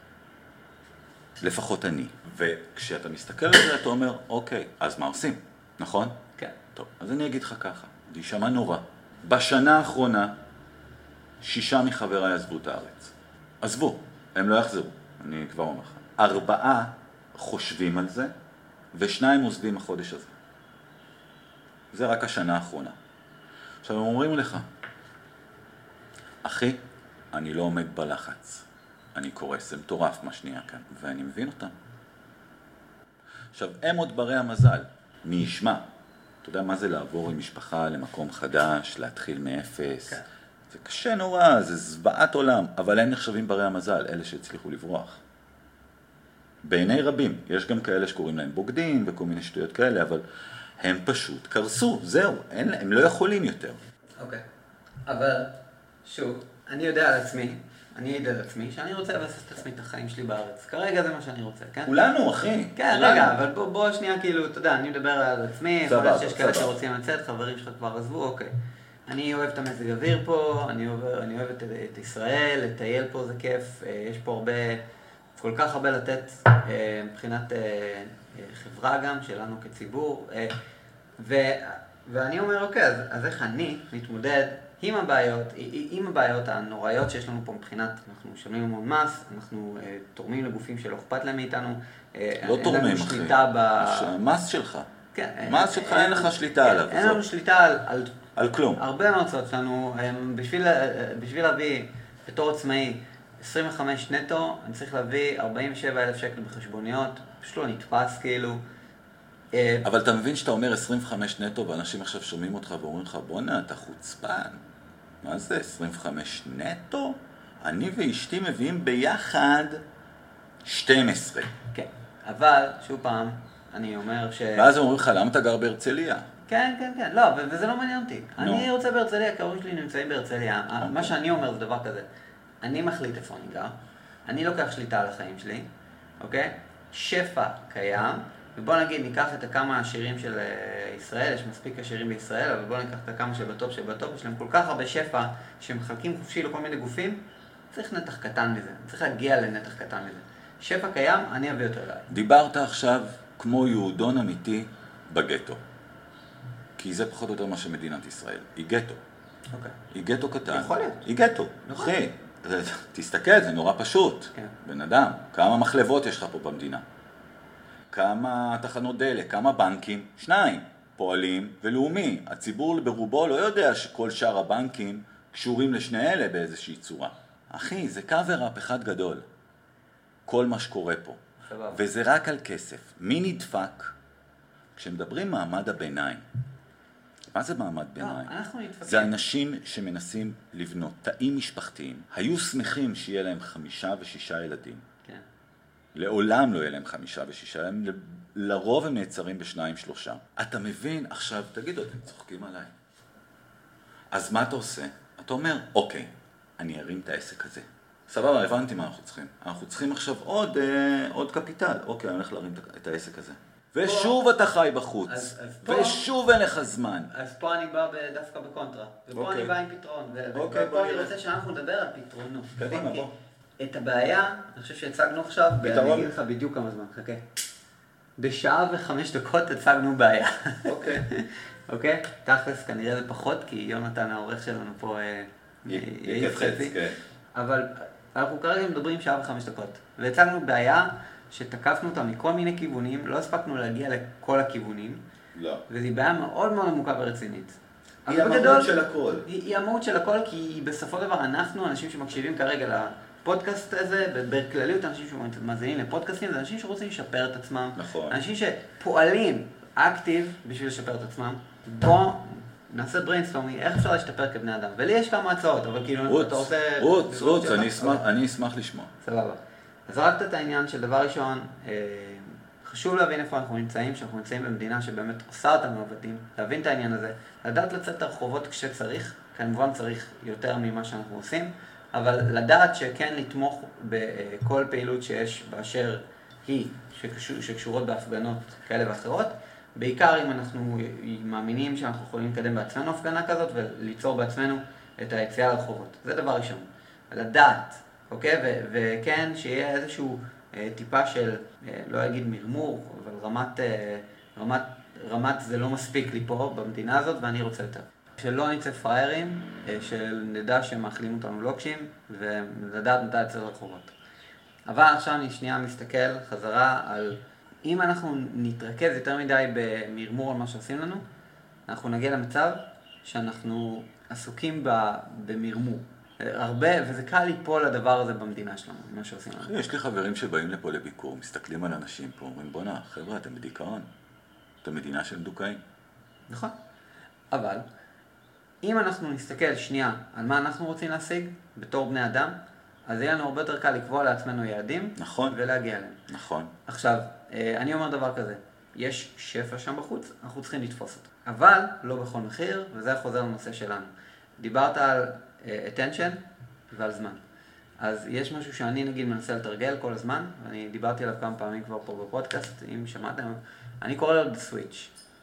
לפחות אני. וכשאתה מסתכל על זה, אתה אומר, אוקיי, אז מה עושים? נכון? כן. טוב, אז אני אגיד לך ככה, זה יישמע נורא. בשנה האחרונה, שישה מחבריי עזבו את הארץ. עזבו, הם לא יחזרו, אני כבר אומר לך. ארבעה חושבים על זה, ושניים עוזבים החודש הזה. זה רק השנה האחרונה. עכשיו הם אומרים לך, אחי, אני לא עומד בלחץ. אני קורס, זה מטורף מה שנייה כאן, ואני מבין אותם. עכשיו, הם עוד ברי המזל, מי ישמע. אתה יודע מה זה לעבור עם משפחה למקום חדש, להתחיל מאפס. כן. זה קשה נורא, זה זוועת עולם, אבל הם נחשבים ברי המזל, אלה שהצליחו לברוח. בעיני רבים, יש גם כאלה שקוראים להם בוגדים וכל מיני שטויות כאלה, אבל הם פשוט קרסו, זהו, אין, הם לא יכולים יותר. אוקיי, אבל שוב, אני יודע על עצמי, אני יודע על עצמי, שאני רוצה לבסס את עצמי את החיים שלי בארץ. כרגע זה מה שאני רוצה, כן? כולנו, אחי. כן, כולנו. רגע, אבל בוא, בוא שנייה, כאילו, אתה יודע, אני מדבר על עצמי, יכול להיות שיש כאלה שרוצים לצאת, חברים שלך כבר עזבו, אוקיי. אני אוהב את המזג אוויר פה, אני אוהב, אני אוהב את, את ישראל, לטייל פה זה כיף, יש פה הרבה, כל כך הרבה לתת מבחינת חברה גם, שלנו כציבור, ו, ואני אומר, אוקיי, אז, אז איך אני מתמודד עם הבעיות, עם הבעיות הנוראיות שיש לנו פה מבחינת, אנחנו משלמים המון מס, אנחנו uh, תורמים לגופים שלא אכפת להם מאיתנו. לא תורמים, אחי. ב... המס שלך. כן. מס שלך אין לך שליטה כן, עליו. אין לנו שליטה על, על... על כלום. הרבה מההוצאות שלנו, בשביל, בשביל להביא בתור עצמאי עשרים וחמש נטו, אני צריך להביא ארבעים ושבעה אלף שקל בחשבוניות, פשוט לא נתפס כאילו. אבל אתה מבין שאתה אומר עשרים וחמש נטו, ואנשים עכשיו שומעים אותך ואומרים לך, בונה, אתה חוצפן. מה זה, עשרים וחמש נטו? אני ואשתי מביאים ביחד שתים עשרה. כן, אבל שוב פעם, אני אומר ש... ואז הם אומרים לך, למה אתה גר בהרצליה? כן, כן, כן, לא, וזה לא מעניין אותי. אני רוצה בהרצליה, כי ההורים שלי נמצאים בהרצליה. מה שאני אומר זה דבר כזה, אני מחליט איפה אני גר, אני לוקח שליטה על החיים שלי, אוקיי? שפע קיים, ובוא נגיד, ניקח את הכמה השירים של ישראל, יש מספיק השירים בישראל, אבל בוא ניקח את הכמה שבטופ שבטופ, יש להם כל כך הרבה שפע שמחלקים חופשי לכל מיני גופים, צריך נתח קטן מזה, צריך להגיע לנתח קטן מזה. שפע קיים, אני אביא אותו אליי. דיברת עכשיו כמו יהודון אמיתי בגטו. כי זה פחות או יותר מה שמדינת ישראל. היא גטו. אוקיי. היא גטו קטן. יכול להיות. היא גטו. אחי, תסתכל, זה נורא פשוט. כן. בן אדם, כמה מחלבות יש לך פה במדינה? כמה תחנות דלק, כמה בנקים? שניים. פועלים ולאומי. הציבור ברובו לא יודע שכל שאר הבנקים קשורים לשני אלה באיזושהי צורה. אחי, זה קאבר-אפ אחד גדול. כל מה שקורה פה. סבב. וזה רק על כסף. מי נדפק? כשמדברים מעמד הביניים, מה זה מעמד ביניים? לא, אנחנו נדפקים. זה אנשים שמנסים לבנות תאים משפחתיים. היו שמחים שיהיה להם חמישה ושישה ילדים. כן. לעולם לא יהיה להם חמישה ושישה, הם לרוב הם נעצרים בשניים שלושה. אתה מבין? עכשיו, תגידו, אתם צוחקים עליי. אז מה אתה עושה? אתה אומר, אוקיי, אני ארים את העסק הזה. סבבה, הבנתי מה אנחנו צריכים. אנחנו צריכים עכשיו עוד, אה, עוד קפיטל. אוקיי, אני הולך להרים את העסק הזה. ושוב אתה חי בחוץ. אז, אז פה, ושוב אין לך זמן. אז פה אני בא דווקא בקונטרה. ופה אוקיי. אני בא עם פתרון. אוקיי, ופה אני רוצה שאנחנו נדבר על פתרונות. קדימה, בוא. את הבעיה, אני חושב שהצגנו עכשיו, ואני אגיד לך בדיוק כמה זמן, חכה. בשעה וחמש דקות הצגנו בעיה. אוקיי. אוקיי? תכלס, כנראה זה פחות, כי יונתן העורך שלנו פה יעיף חצי. אבל אנחנו כרגע מדברים שעה וחמש דקות. והצגנו בעיה שתקפנו אותה מכל מיני כיוונים, לא הספקנו להגיע לכל הכיוונים. לא. וזו בעיה מאוד מאוד עמוקה ורצינית. היא המהות של הכל. היא, היא המהות של הכל, כי בסופו של דבר אנחנו, אנשים שמקשיבים כרגע לפודקאסט הזה, בכלליות אנשים שמאזינים לפודקאסטים, זה אנשים שרוצים לשפר את עצמם. נכון. אנשים שפועלים אקטיב בשביל לשפר את עצמם. בוא נעשה בריינסטורמינג, איך אפשר להשתפר כבני אדם. ולי יש כמה הצעות, אבל כאילו רוץ, אתה רוצה... רוץ, רוץ, אני אשמח, אני אשמח לשמוע. סבבה. אז זרקת את העניין של דבר ראשון, חשוב להבין איפה אנחנו נמצאים, שאנחנו נמצאים במדינה שבאמת עושה אותנו עבדים, להבין את העניין הזה, לדעת לצאת לרחובות כשצריך, כמובן צריך יותר ממה שאנחנו עושים, אבל לדעת שכן לתמוך בכל פעילות שיש באשר היא, שקשור, שקשורות בהפגנות כאלה ואחרות, בעיקר אם אנחנו מאמינים שאנחנו יכולים לקדם בעצמנו הפגנה כזאת וליצור בעצמנו את היציאה לרחובות. זה דבר ראשון. לדעת, אוקיי? ו- וכן, שיהיה איזשהו אה, טיפה של, אה, לא אגיד מרמור, אבל רמת, אה, רמת, רמת זה לא מספיק לי פה במדינה הזאת ואני רוצה יותר. שלא נצא פריירים, אה, שנדע שמאכלים אותנו לוקשים ולדעת מתי לצאת לרחובות. אבל עכשיו אני שנייה מסתכל חזרה על, אם אנחנו נתרכז יותר מדי במרמור על מה שעושים לנו, אנחנו נגיע למצב שאנחנו עסוקים במרמור. הרבה, וזה קל ליפול לדבר הזה במדינה שלנו, מה שעושים לנו. יש לי חברים שבאים לפה לביקור, מסתכלים על אנשים פה, אומרים בונה, חבר'ה, אתם בדיכאון. אתם מדינה של מדוכאים. נכון. אבל, אם אנחנו נסתכל שנייה על מה אנחנו רוצים להשיג בתור בני אדם, אז יהיה לנו הרבה יותר קל לקבוע לעצמנו יעדים, נכון. ולהגיע אליהם. נכון. עכשיו, אני אומר דבר כזה, יש שפע שם בחוץ, אנחנו צריכים לתפוס אותו. אבל לא בכל מחיר, וזה חוזר לנושא שלנו. דיברת על uh, attention ועל זמן. אז יש משהו שאני נגיד מנסה לתרגל כל הזמן, ואני דיברתי עליו כמה פעמים כבר פה בפודקאסט, אם שמעתם, אני קורא לו the switch.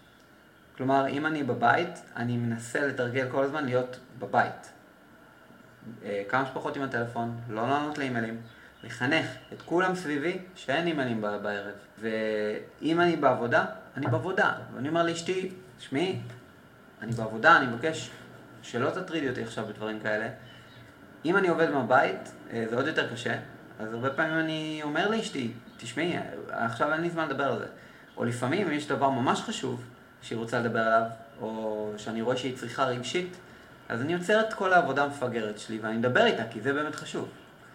כלומר, אם אני בבית, אני מנסה לתרגל כל הזמן להיות בבית. Uh, כמה שפחות עם הטלפון, לא לענות לאימיילים, לחנך את כולם סביבי שאין אימיילים בערב. ואם אני בעבודה, אני בעבודה. ואני אומר לאשתי, שמי, אני בעבודה, אני מבקש שלא תטרידי אותי עכשיו בדברים כאלה. אם אני עובד מהבית, זה עוד יותר קשה. אז הרבה פעמים אני אומר לאשתי, תשמעי, עכשיו אין לי זמן לדבר על זה. או לפעמים, אם יש דבר ממש חשוב שהיא רוצה לדבר עליו, או שאני רואה שהיא צריכה רגשית, אז אני יוצר את כל העבודה המפגרת שלי, ואני מדבר איתה, כי זה באמת חשוב.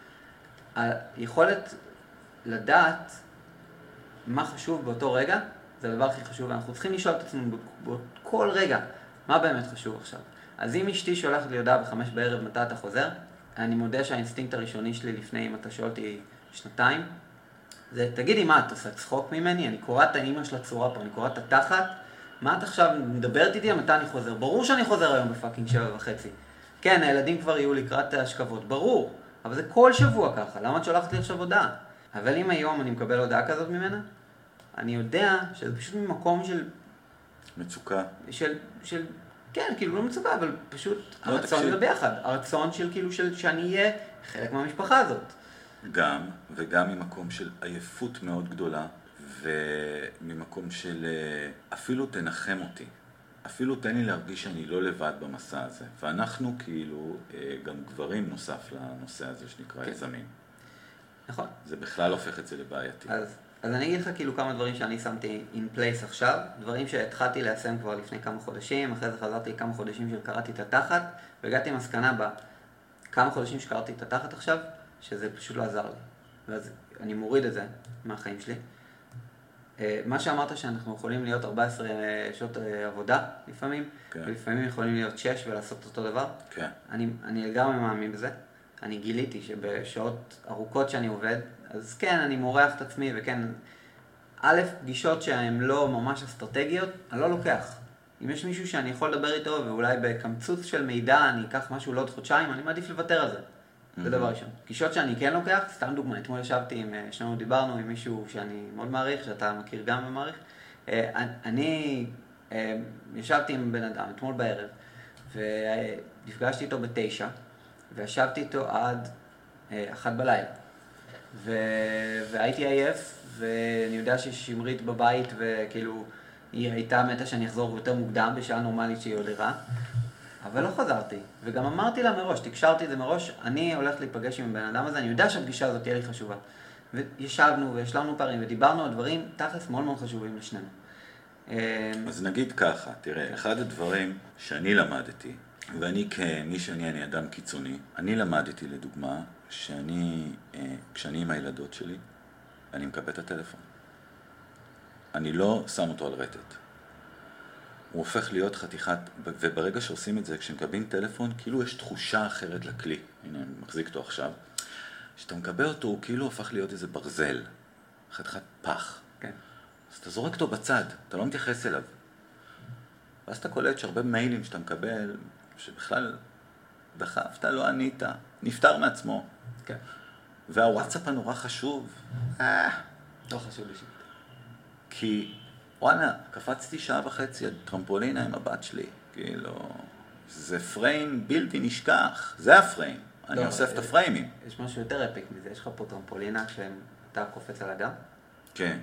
היכולת לדעת מה חשוב באותו רגע, זה הדבר הכי חשוב, ואנחנו צריכים לשאול את עצמנו בכל רגע, מה באמת חשוב עכשיו. אז אם אשתי שולחת לי הודעה בחמש בערב מתי אתה חוזר, אני מודה שהאינסטינקט הראשוני שלי לפני, אם אתה שואל אותי שנתיים, זה תגידי מה, את עושה צחוק ממני? אני קורא את האמא של הצורה פה, אני קורא את התחת, מה את עכשיו מדברת איתי, מתי אני חוזר? ברור שאני חוזר היום בפאקינג שבע וחצי. כן, הילדים כבר יהיו לקראת השכבות, ברור. אבל זה כל שבוע ככה, למה את שולחת לי עכשיו הודעה? אבל אם היום אני מקבל הודעה כזאת ממנה, אני יודע שזה פשוט ממקום של... מצוקה. של, של, כן, כאילו לא מצוקה, אבל פשוט לא, הרצון תקשיב. זה ביחד. הרצון של כאילו של, שאני אהיה חלק מהמשפחה הזאת. גם, וגם ממקום של עייפות מאוד גדולה, וממקום של אפילו תנחם אותי. אפילו תן לי להרגיש שאני לא לבד במסע הזה. ואנחנו כאילו, גם גברים נוסף לנושא הזה שנקרא יזמים. נכון. זה בכלל הופך את זה לבעייתי. אז, אז אני אגיד לך כאילו כמה דברים שאני שמתי in place עכשיו, דברים שהתחלתי ליישם כבר לפני כמה חודשים, אחרי זה חזרתי כמה חודשים שקראתי את התחת, והגעתי מסקנה בכמה חודשים שקראתי את התחת עכשיו, שזה פשוט לא עזר לי. ואז אני מוריד את זה מהחיים שלי. מה שאמרת שאנחנו יכולים להיות ארבע עשרה שעות עבודה לפעמים, כן. ולפעמים יכולים להיות שש ולעשות אותו דבר. כן. אני, אני לגמרי מאמין בזה. אני גיליתי שבשעות ארוכות שאני עובד, אז כן, אני מורח את עצמי, וכן, א', פגישות שהן לא ממש אסטרטגיות, אני לא לוקח. אם יש מישהו שאני יכול לדבר איתו, ואולי בקמצוץ של מידע אני אקח משהו לעוד חודשיים, אני מעדיף לוותר על זה. זה דבר ראשון. פגישות שאני כן לוקח, סתם דוגמא, אתמול ישבתי עם, שנינו דיברנו עם מישהו שאני מאוד מעריך, שאתה מכיר גם ומעריך. אני ישבתי עם בן אדם אתמול בערב, ונפגשתי איתו בתשע, וישבתי איתו עד אחת בלילה. ו... והייתי עייף, ואני יודע ששמרית בבית, וכאילו, היא הייתה מתה שאני אחזור יותר מוקדם, בשעה נורמלית שהיא עולרה. אבל לא חזרתי, וגם אמרתי לה מראש, תקשרתי את זה מראש, אני הולך להיפגש עם הבן אדם הזה, אני יודע שהפגישה הזאת תהיה לי חשובה. וישבנו והשלמנו פערים, ודיברנו על דברים תכלס מאוד מאוד חשובים לשנינו. אז נגיד ככה, תראה, אחד הדברים שאני למדתי, ואני כמי שאני, אני אדם קיצוני, אני למדתי לדוגמה, שאני, כשאני עם הילדות שלי, אני מקבל את הטלפון. אני לא שם אותו על רטט. הוא הופך להיות חתיכת, וברגע שעושים את זה, כשמקבלים טלפון, כאילו יש תחושה אחרת לכלי. הנה, אני מחזיק אותו עכשיו. כשאתה מקבל אותו, הוא כאילו הופך להיות איזה ברזל, חתיכת פח. כן. אז אתה זורק אותו בצד, אתה לא מתייחס אליו. ואז אתה קולט שהרבה מיילים שאתה מקבל, שבכלל דחפת, לא ענית, נפטר מעצמו. כן. והוואטסאפ הנורא חשוב. אה, לא חשוב לי. כי, וואלה, קפצתי שעה וחצי עד טרמפולינה עם הבת שלי. כאילו, זה פריים בלתי נשכח. זה הפריים. אני אוסף את הפריימים. יש משהו יותר אפיק מזה. יש לך פה טרמפולינה כשאתה קופץ על הגב? כן.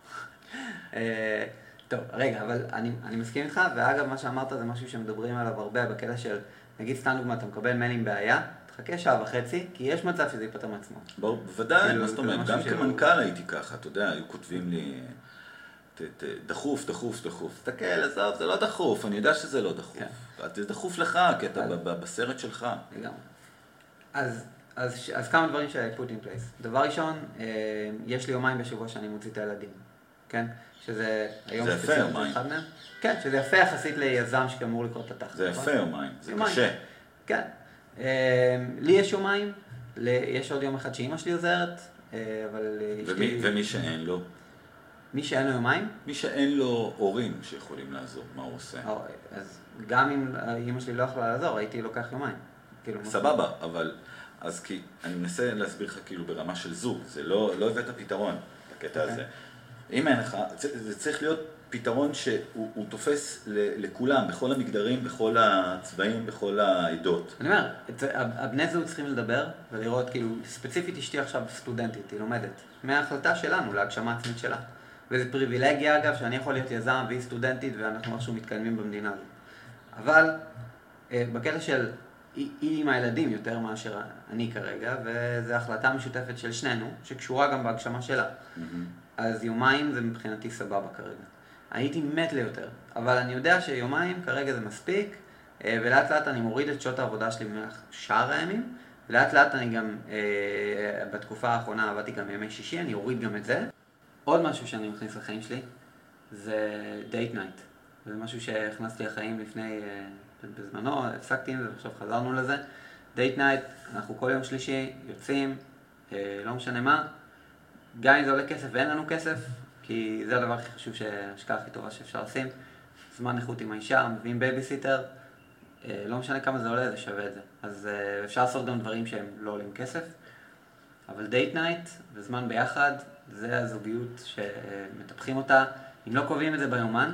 טוב, רגע, אבל אני, אני מסכים איתך, ואגב, מה שאמרת זה משהו שמדברים עליו הרבה בקטע של, נגיד סתם דוגמא, אתה מקבל מייל עם בעיה, תחכה שעה וחצי, כי יש מצב שזה ייפטר מעצמו. ברור, בוודאי, מה זאת אומרת, גם כמנכ"ל הייתי ככה, אתה יודע, היו כותבים לי, ת, ת, דחוף, דחוף, דחוף, תסתכל, עזוב, זה לא דחוף, אני יודע שזה לא דחוף. זה דחוף לך, כי אתה בסרט שלך. לגמרי. אז, אז, אז כמה דברים ש-put in place. דבר ראשון, יש לי יומיים בשבוע שאני מוציא את הילדים, כן? שזה היום זה יפה יומיים. כן, שזה יפה יחסית ליזם שכאמור לקרוא את התחת. זה יפה יומיים, זה קשה. כן. לי יש יומיים, יש עוד יום אחד שאמא שלי עוזרת, אבל... ומי שאין לו? מי שאין לו יומיים? מי שאין לו הורים שיכולים לעזור, מה הוא עושה? אז גם אם אמא שלי לא יכולה לעזור, הייתי לוקח יומיים. סבבה, אבל... אז כי אני מנסה להסביר לך כאילו ברמה של זוג, זה לא הבאת פתרון בקטע הזה. אם אין לך, זה צריך להיות פתרון שהוא תופס לכולם, בכל המגדרים, בכל הצבעים, בכל העדות. אני אומר, הבני זוג צריכים לדבר ולראות, כאילו, ספציפית אשתי עכשיו סטודנטית, היא לומדת, מההחלטה שלנו, להגשמה עצמית שלה. וזה פריבילגיה, אגב, שאני יכול להיות יזם והיא סטודנטית, ואנחנו משהו מתקדמים במדינה הזאת. אבל, בקטע של, היא עם הילדים יותר מאשר אני כרגע, וזו החלטה משותפת של שנינו, שקשורה גם בהגשמה שלה. אז יומיים זה מבחינתי סבבה כרגע. הייתי מת ליותר, אבל אני יודע שיומיים כרגע זה מספיק, ולאט לאט אני מוריד את שעות העבודה שלי משאר הימים, ולאט לאט אני גם, בתקופה האחרונה עבדתי גם ימי שישי, אני אוריד גם את זה. עוד משהו שאני מכניס לחיים שלי, זה דייט נייט. זה משהו שהכנסתי לחיים לפני, בזמנו, הפסקתי עם זה ועכשיו חזרנו לזה. דייט נייט, אנחנו כל יום שלישי יוצאים, לא משנה מה, גם אם זה עולה כסף ואין לנו כסף, כי זה הדבר הכי חשוב, שההשקעה הכי טובה שאפשר לשים. זמן איכות עם האישה, מביאים בייביסיטר, לא משנה כמה זה עולה, זה שווה את זה. אז אפשר לעשות גם דברים שהם לא עולים כסף, אבל דייט נייט וזמן ביחד, זה הזוגיות שמטפחים אותה. אם לא קובעים את זה ביומן,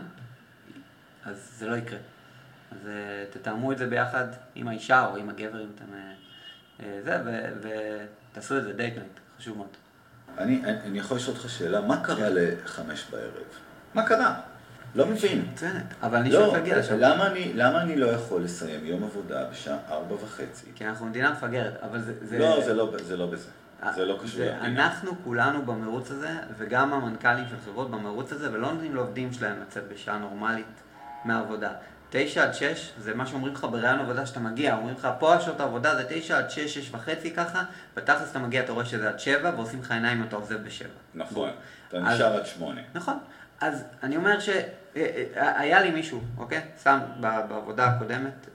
אז זה לא יקרה. אז תתאמו את זה ביחד עם האישה או עם הגבר, אם אתם... זה, ותעשו את זה, דייט נייט, חשוב מאוד. אני, אני יכול לשאול אותך שאלה, מה קרה לחמש בערב? מה קרה? לא מבין. מצוינת, אבל אני שואף להגיע לשם. למה אני, למה אני לא יכול לסיים יום עבודה בשעה ארבע וחצי? כי אנחנו מדינה מפגרת, אבל זה... זה... לא, זה לא, זה לא בזה. זה לא קשור למדינה. אנחנו כולנו במרוץ הזה, וגם המנכ"לים של חברות במרוץ הזה, ולא נותנים לעובדים שלהם לצאת בשעה נורמלית מהעבודה. תשע עד שש, זה מה שאומרים לך ברעיון עבודה שאתה מגיע, אומרים לך פה השעות העבודה זה תשע עד שש, שש וחצי ככה, בתכלס אתה מגיע, אתה רואה שזה עד שבע, ועושים לך עיניים אם אתה עוזב בשבע. נכון, אתה נשאר עד שמונה. נכון, אז אני אומר שהיה לי מישהו, אוקיי? שם בעבודה הקודמת,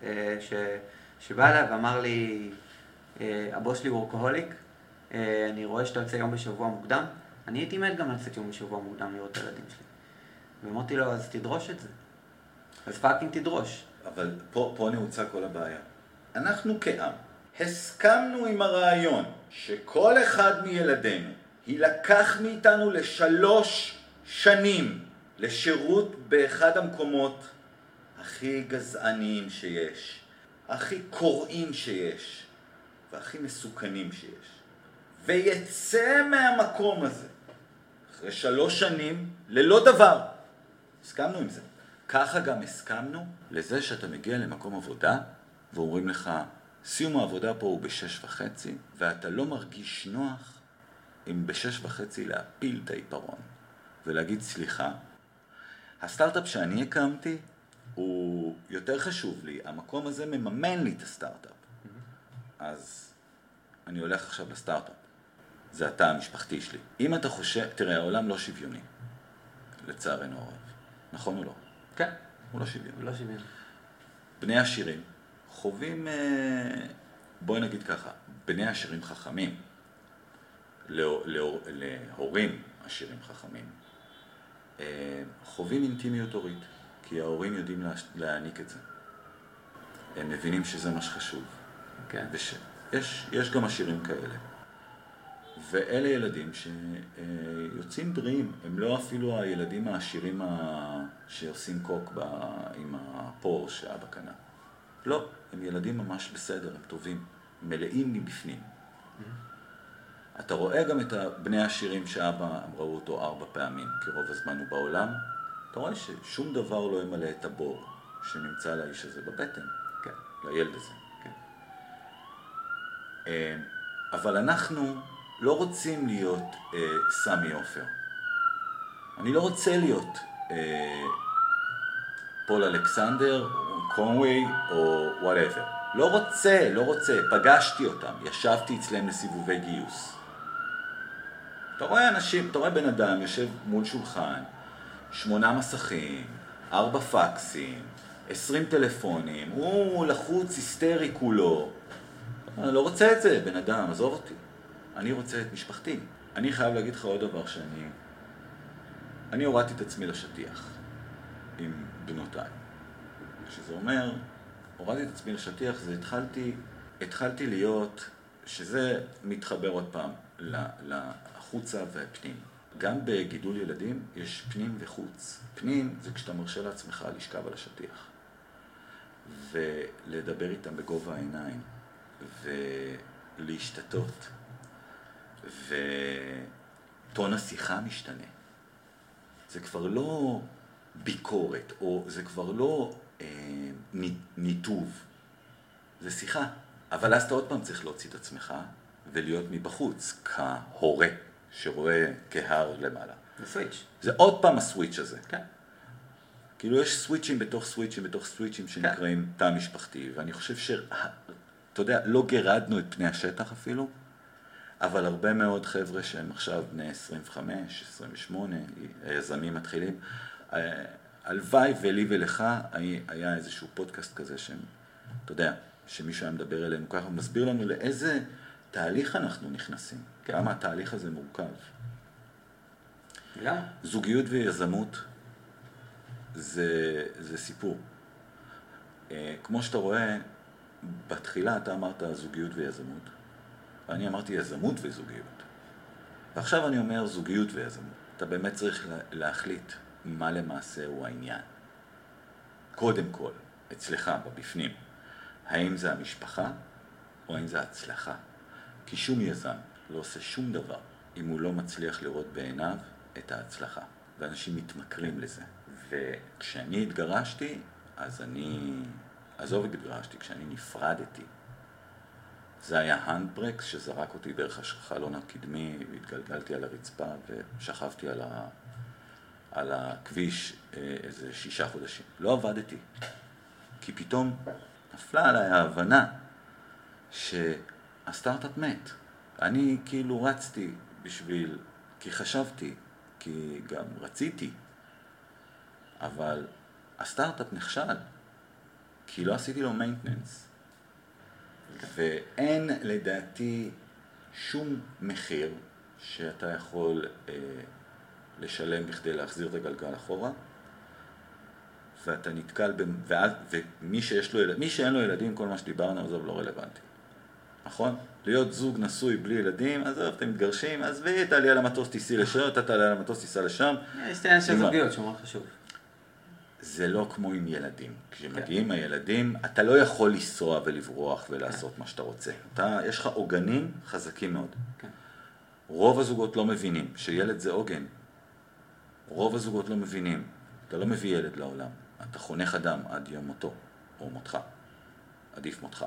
שבא אליי ואמר לי, הבוס שלי וורקהוליק, אני רואה שאתה יוצא יום בשבוע מוקדם, אני הייתי מת גם לצאת יום בשבוע מוקדם לראות את הילדים שלי. ואמרתי לו, אז תדרוש את זה. אז פאקינג תדרוש. אבל פה, פה נעוצה כל הבעיה. אנחנו כעם הסכמנו עם הרעיון שכל אחד מילדינו יילקח מאיתנו לשלוש שנים לשירות באחד המקומות הכי גזעניים שיש, הכי קוראים שיש, והכי מסוכנים שיש. ויצא מהמקום הזה אחרי שלוש שנים ללא דבר. הסכמנו עם זה. ככה גם הסכמנו לזה שאתה מגיע למקום עבודה ואומרים לך, סיום העבודה פה הוא בשש וחצי, ואתה לא מרגיש נוח אם בשש וחצי להפיל את העיפרון ולהגיד סליחה. הסטארט-אפ שאני הקמתי הוא יותר חשוב לי, המקום הזה מממן לי את הסטארט-אפ. אז אני הולך עכשיו לסטארט-אפ. זה התא המשפחתי שלי. אם אתה חושב, תראה, העולם לא שוויוני, לצערנו הרב. נכון או לא? כן. הוא לא שוויוני. הוא לא שוויוני. בני עשירים חווים, בואי נגיד ככה, בני עשירים חכמים, להורים עשירים חכמים, חווים אינטימיות הורית, כי ההורים יודעים להעניק את זה. הם מבינים שזה מה שחשוב. כן. ויש, יש גם השירים כאלה. ואלה ילדים שיוצאים בריאים, הם לא אפילו הילדים העשירים שעושים קוק עם הפור שאבא קנה. לא, הם ילדים ממש בסדר, הם טובים, מלאים מבפנים. אתה רואה גם את בני השירים שאבא ראו אותו ארבע פעמים, כי רוב הזמן הוא בעולם. אתה רואה ששום דבר לא ימלא את הבור שנמצא לאיש הזה בבטן, כן. לילד הזה. כן. אבל אנחנו לא רוצים להיות אה, סמי עופר. אני לא רוצה להיות אה, פול אלכסנדר, או קונווי, או whatever. לא רוצה, לא רוצה. פגשתי אותם, ישבתי אצלם לסיבובי גיוס. אתה רואה אנשים, אתה רואה בן אדם יושב מול שולחן, שמונה מסכים, ארבע פקסים, עשרים טלפונים, הוא לחוץ היסטרי כולו. אני לא רוצה את זה, בן אדם, עזוב אותי. אני רוצה את משפחתי. אני חייב להגיד לך עוד דבר שאני... אני הורדתי את עצמי לשטיח עם בנותיי. שזה אומר, הורדתי את עצמי לשטיח, זה התחלתי, התחלתי להיות, שזה מתחבר עוד פעם לחוצה והפנים. גם בגידול ילדים יש פנים וחוץ. פנים זה כשאתה מרשה לעצמך לשכב על השטיח. ולדבר איתם בגובה העיניים. ולהשתתות. וטון השיחה משתנה. זה כבר לא ביקורת, או זה כבר לא אה, ניתוב. זה שיחה. אבל אז אתה עוד פעם צריך להוציא את עצמך ולהיות מבחוץ, כהורה שרואה כהר למעלה. זה סוויץ'. זה עוד פעם הסוויץ' הזה. כן. כאילו יש סוויצ'ים בתוך סוויצ'ים בתוך סוויצ'ים שנקראים כן. תא משפחתי, ואני חושב ש... אתה יודע, לא גרדנו את פני השטח אפילו, אבל הרבה מאוד חבר'ה שהם עכשיו בני עשרים וחמש, עשרים ושמונה, יזמים מתחילים, הלוואי ולי ולך היה איזשהו פודקאסט כזה שהם, אתה יודע, שמישהו היה מדבר אלינו ככה, מסביר לנו לאיזה תהליך אנחנו נכנסים, כמה התהליך הזה מורכב. גם. זוגיות ויזמות זה, זה סיפור. כמו שאתה רואה, בתחילה אתה אמרת זוגיות ויזמות, ואני אמרתי יזמות וזוגיות. ועכשיו אני אומר זוגיות ויזמות. אתה באמת צריך להחליט מה למעשה הוא העניין. קודם כל, אצלך, בבפנים, האם זה המשפחה או האם זה הצלחה. כי שום יזם לא עושה שום דבר אם הוא לא מצליח לראות בעיניו את ההצלחה. ואנשים מתמכרים לזה. וכשאני התגרשתי, אז אני... עזוב התגרשתי, כשאני נפרדתי. זה היה הנדברקס שזרק אותי דרך החלון הקדמי, והתגלגלתי על הרצפה ושכבתי על, ה... על הכביש איזה שישה חודשים. לא עבדתי, כי פתאום נפלה עליי ההבנה שהסטארט-אפ מת. אני כאילו רצתי בשביל, כי חשבתי, כי גם רציתי, אבל הסטארט-אפ נכשל, כי לא עשיתי לו maintenance. ואין לדעתי שום מחיר שאתה יכול אה, לשלם בכדי להחזיר את הגלגל אחורה, ואתה נתקל, ב... ואז, ומי שיש לו ילדים, מי שאין לו ילדים, כל מה שדיברנו, עזוב, לא רלוונטי. נכון? להיות זוג נשוי בלי ילדים, עזוב, אתם מתגרשים, אז וי, תעלי על המטוס תיסי לשם, אתה תעלי על המטוס תיסה לשם. יש תעניין של זוגיות, שהוא מאוד חשוב. זה לא כמו עם ילדים. כשמגיעים הילדים, אתה לא יכול לנסוע ולברוח ולעשות מה שאתה רוצה. אתה, יש לך עוגנים חזקים מאוד. רוב הזוגות לא מבינים שילד זה עוגן. רוב הזוגות לא מבינים. אתה לא מביא ילד לעולם. אתה חונך אדם עד יום מותו, או מותך. עדיף מותך.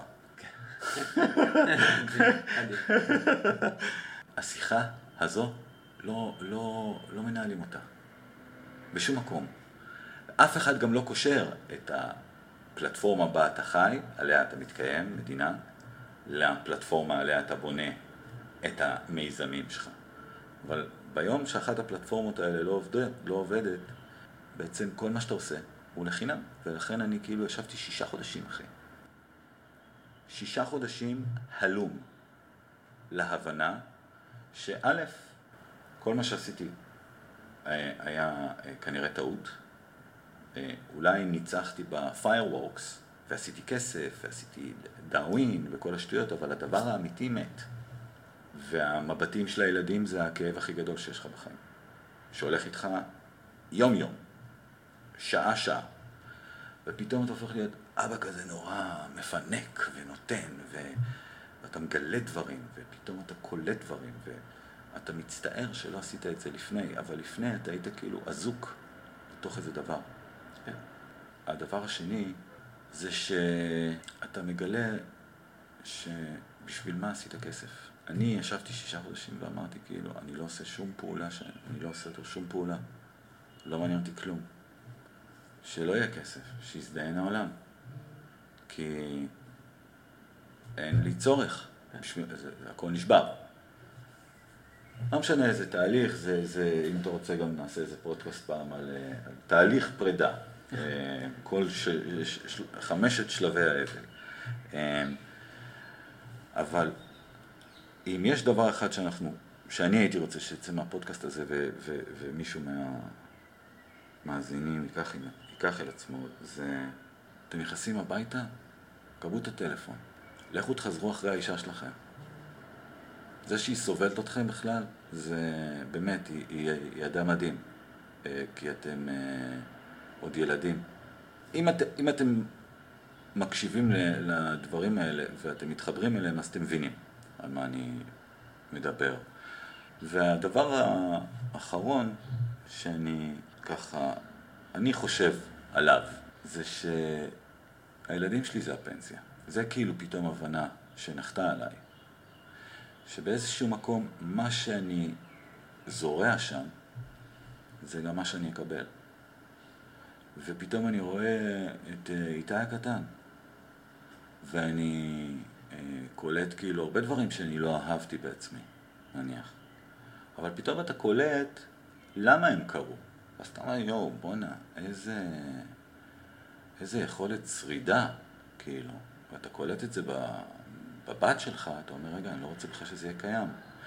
השיחה הזו, לא, לא, לא מנהלים אותה. בשום מקום. אף אחד גם לא קושר את הפלטפורמה בה אתה חי, עליה אתה מתקיים, מדינה, לפלטפורמה עליה אתה בונה את המיזמים שלך. אבל ביום שאחת הפלטפורמות האלה לא עובדת, לא עובדת, בעצם כל מה שאתה עושה הוא לחינם. ולכן אני כאילו ישבתי שישה חודשים אחרי. שישה חודשים הלום להבנה שא', כל מה שעשיתי היה כנראה טעות. אולי ניצחתי בפיירוורקס, ועשיתי כסף, ועשיתי דאווין וכל השטויות, אבל הדבר האמיתי מת. והמבטים של הילדים זה הכאב הכי גדול שיש לך בחיים. שהולך איתך יום יום, שעה שעה. ופתאום אתה הופך להיות אבא כזה נורא מפנק ונותן, ואתה מגלה דברים, ופתאום אתה קולט דברים, ואתה מצטער שלא עשית את זה לפני, אבל לפני אתה היית כאילו אזוק בתוך איזה דבר. כן. הדבר השני זה שאתה מגלה שבשביל מה עשית כסף. אני ישבתי שישה חודשים ואמרתי כאילו, אני לא עושה שום פעולה, שאני, אני לא עושה אותו שום פעולה. לא מעניין אותי כלום. שלא יהיה כסף, שיזדיין העולם. כי אין לי צורך. בשביל, זה, זה הכל נשבר. לא משנה איזה תהליך, זה, זה, אם אתה רוצה גם נעשה איזה פודקאסט פעם על, על תהליך פרידה. כל ש, ש, ש, חמשת שלבי האבל. אבל אם יש דבר אחד שאנחנו, שאני הייתי רוצה שיצא מהפודקאסט הזה ו, ו, ומישהו מהמאזינים ייקח, ייקח אל עצמו, זה אתם נכנסים הביתה, קבלו את הטלפון, לכו תחזרו אחרי האישה שלכם. זה שהיא סובלת אתכם בכלל, זה באמת, היא, היא, היא אדם מדהים, כי אתם עוד ילדים. אם, את, אם אתם מקשיבים לדברים האלה ואתם מתחברים אליהם, אז אתם מבינים על מה אני מדבר. והדבר האחרון שאני ככה, אני חושב עליו, זה שהילדים שלי זה הפנסיה. זה כאילו פתאום הבנה שנחתה עליי. שבאיזשהו מקום, מה שאני זורע שם, זה גם מה שאני אקבל. ופתאום אני רואה את איתי הקטן, ואני קולט כאילו הרבה דברים שאני לא אהבתי בעצמי, נניח. אבל פתאום אתה קולט למה הם קרו. אז אתה אומר, יואו, בונה, איזה, איזה יכולת שרידה, כאילו. ואתה קולט את זה בבת שלך, אתה אומר, רגע, אני לא רוצה בכלל שזה יהיה קיים.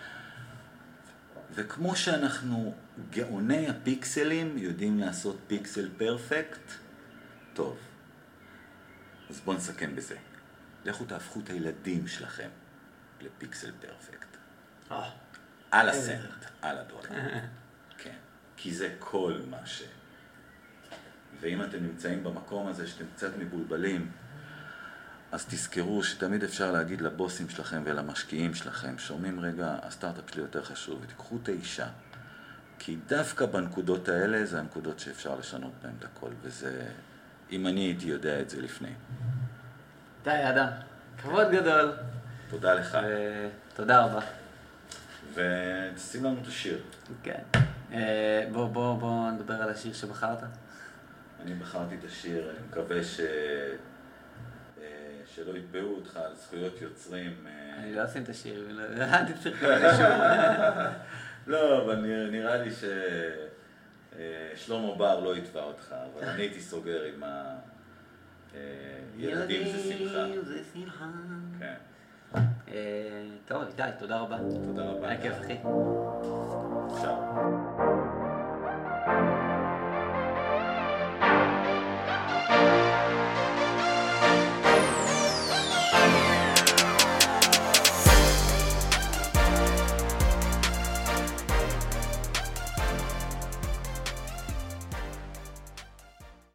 וכמו שאנחנו גאוני הפיקסלים יודעים לעשות פיקסל פרפקט, טוב. אז בואו נסכם בזה. לכו תהפכו את הילדים שלכם לפיקסל פרפקט. על הסרט, על הדולר. כן. כי זה כל מה ש... ואם אתם נמצאים במקום הזה שאתם קצת מבולבלים, אז תזכרו שתמיד אפשר להגיד לבוסים שלכם ולמשקיעים שלכם, שומעים רגע, הסטארט-אפ שלי יותר חשוב, ותיקחו את האישה. כי דווקא בנקודות האלה, זה הנקודות שאפשר לשנות בהן את הכל, וזה, אם אני הייתי יודע את זה לפני. די, אדם. כבוד גדול. תודה לך. תודה רבה. ותשים לנו את השיר. כן. בוא, בוא, בוא נדבר על השיר שבחרת. אני בחרתי את השיר, אני מקווה ש... שלא יתבעו אותך על זכויות יוצרים. אני לא אשים את השיר, אל תצטרך לשום. לא, אבל נראה לי ששלמה בר לא יתבע אותך, אבל אני הייתי סוגר עם הילדים זה שמחה. ילדים זה שמחה. כן. טוב, איתי, תודה רבה. תודה רבה. היה כיף, אחי.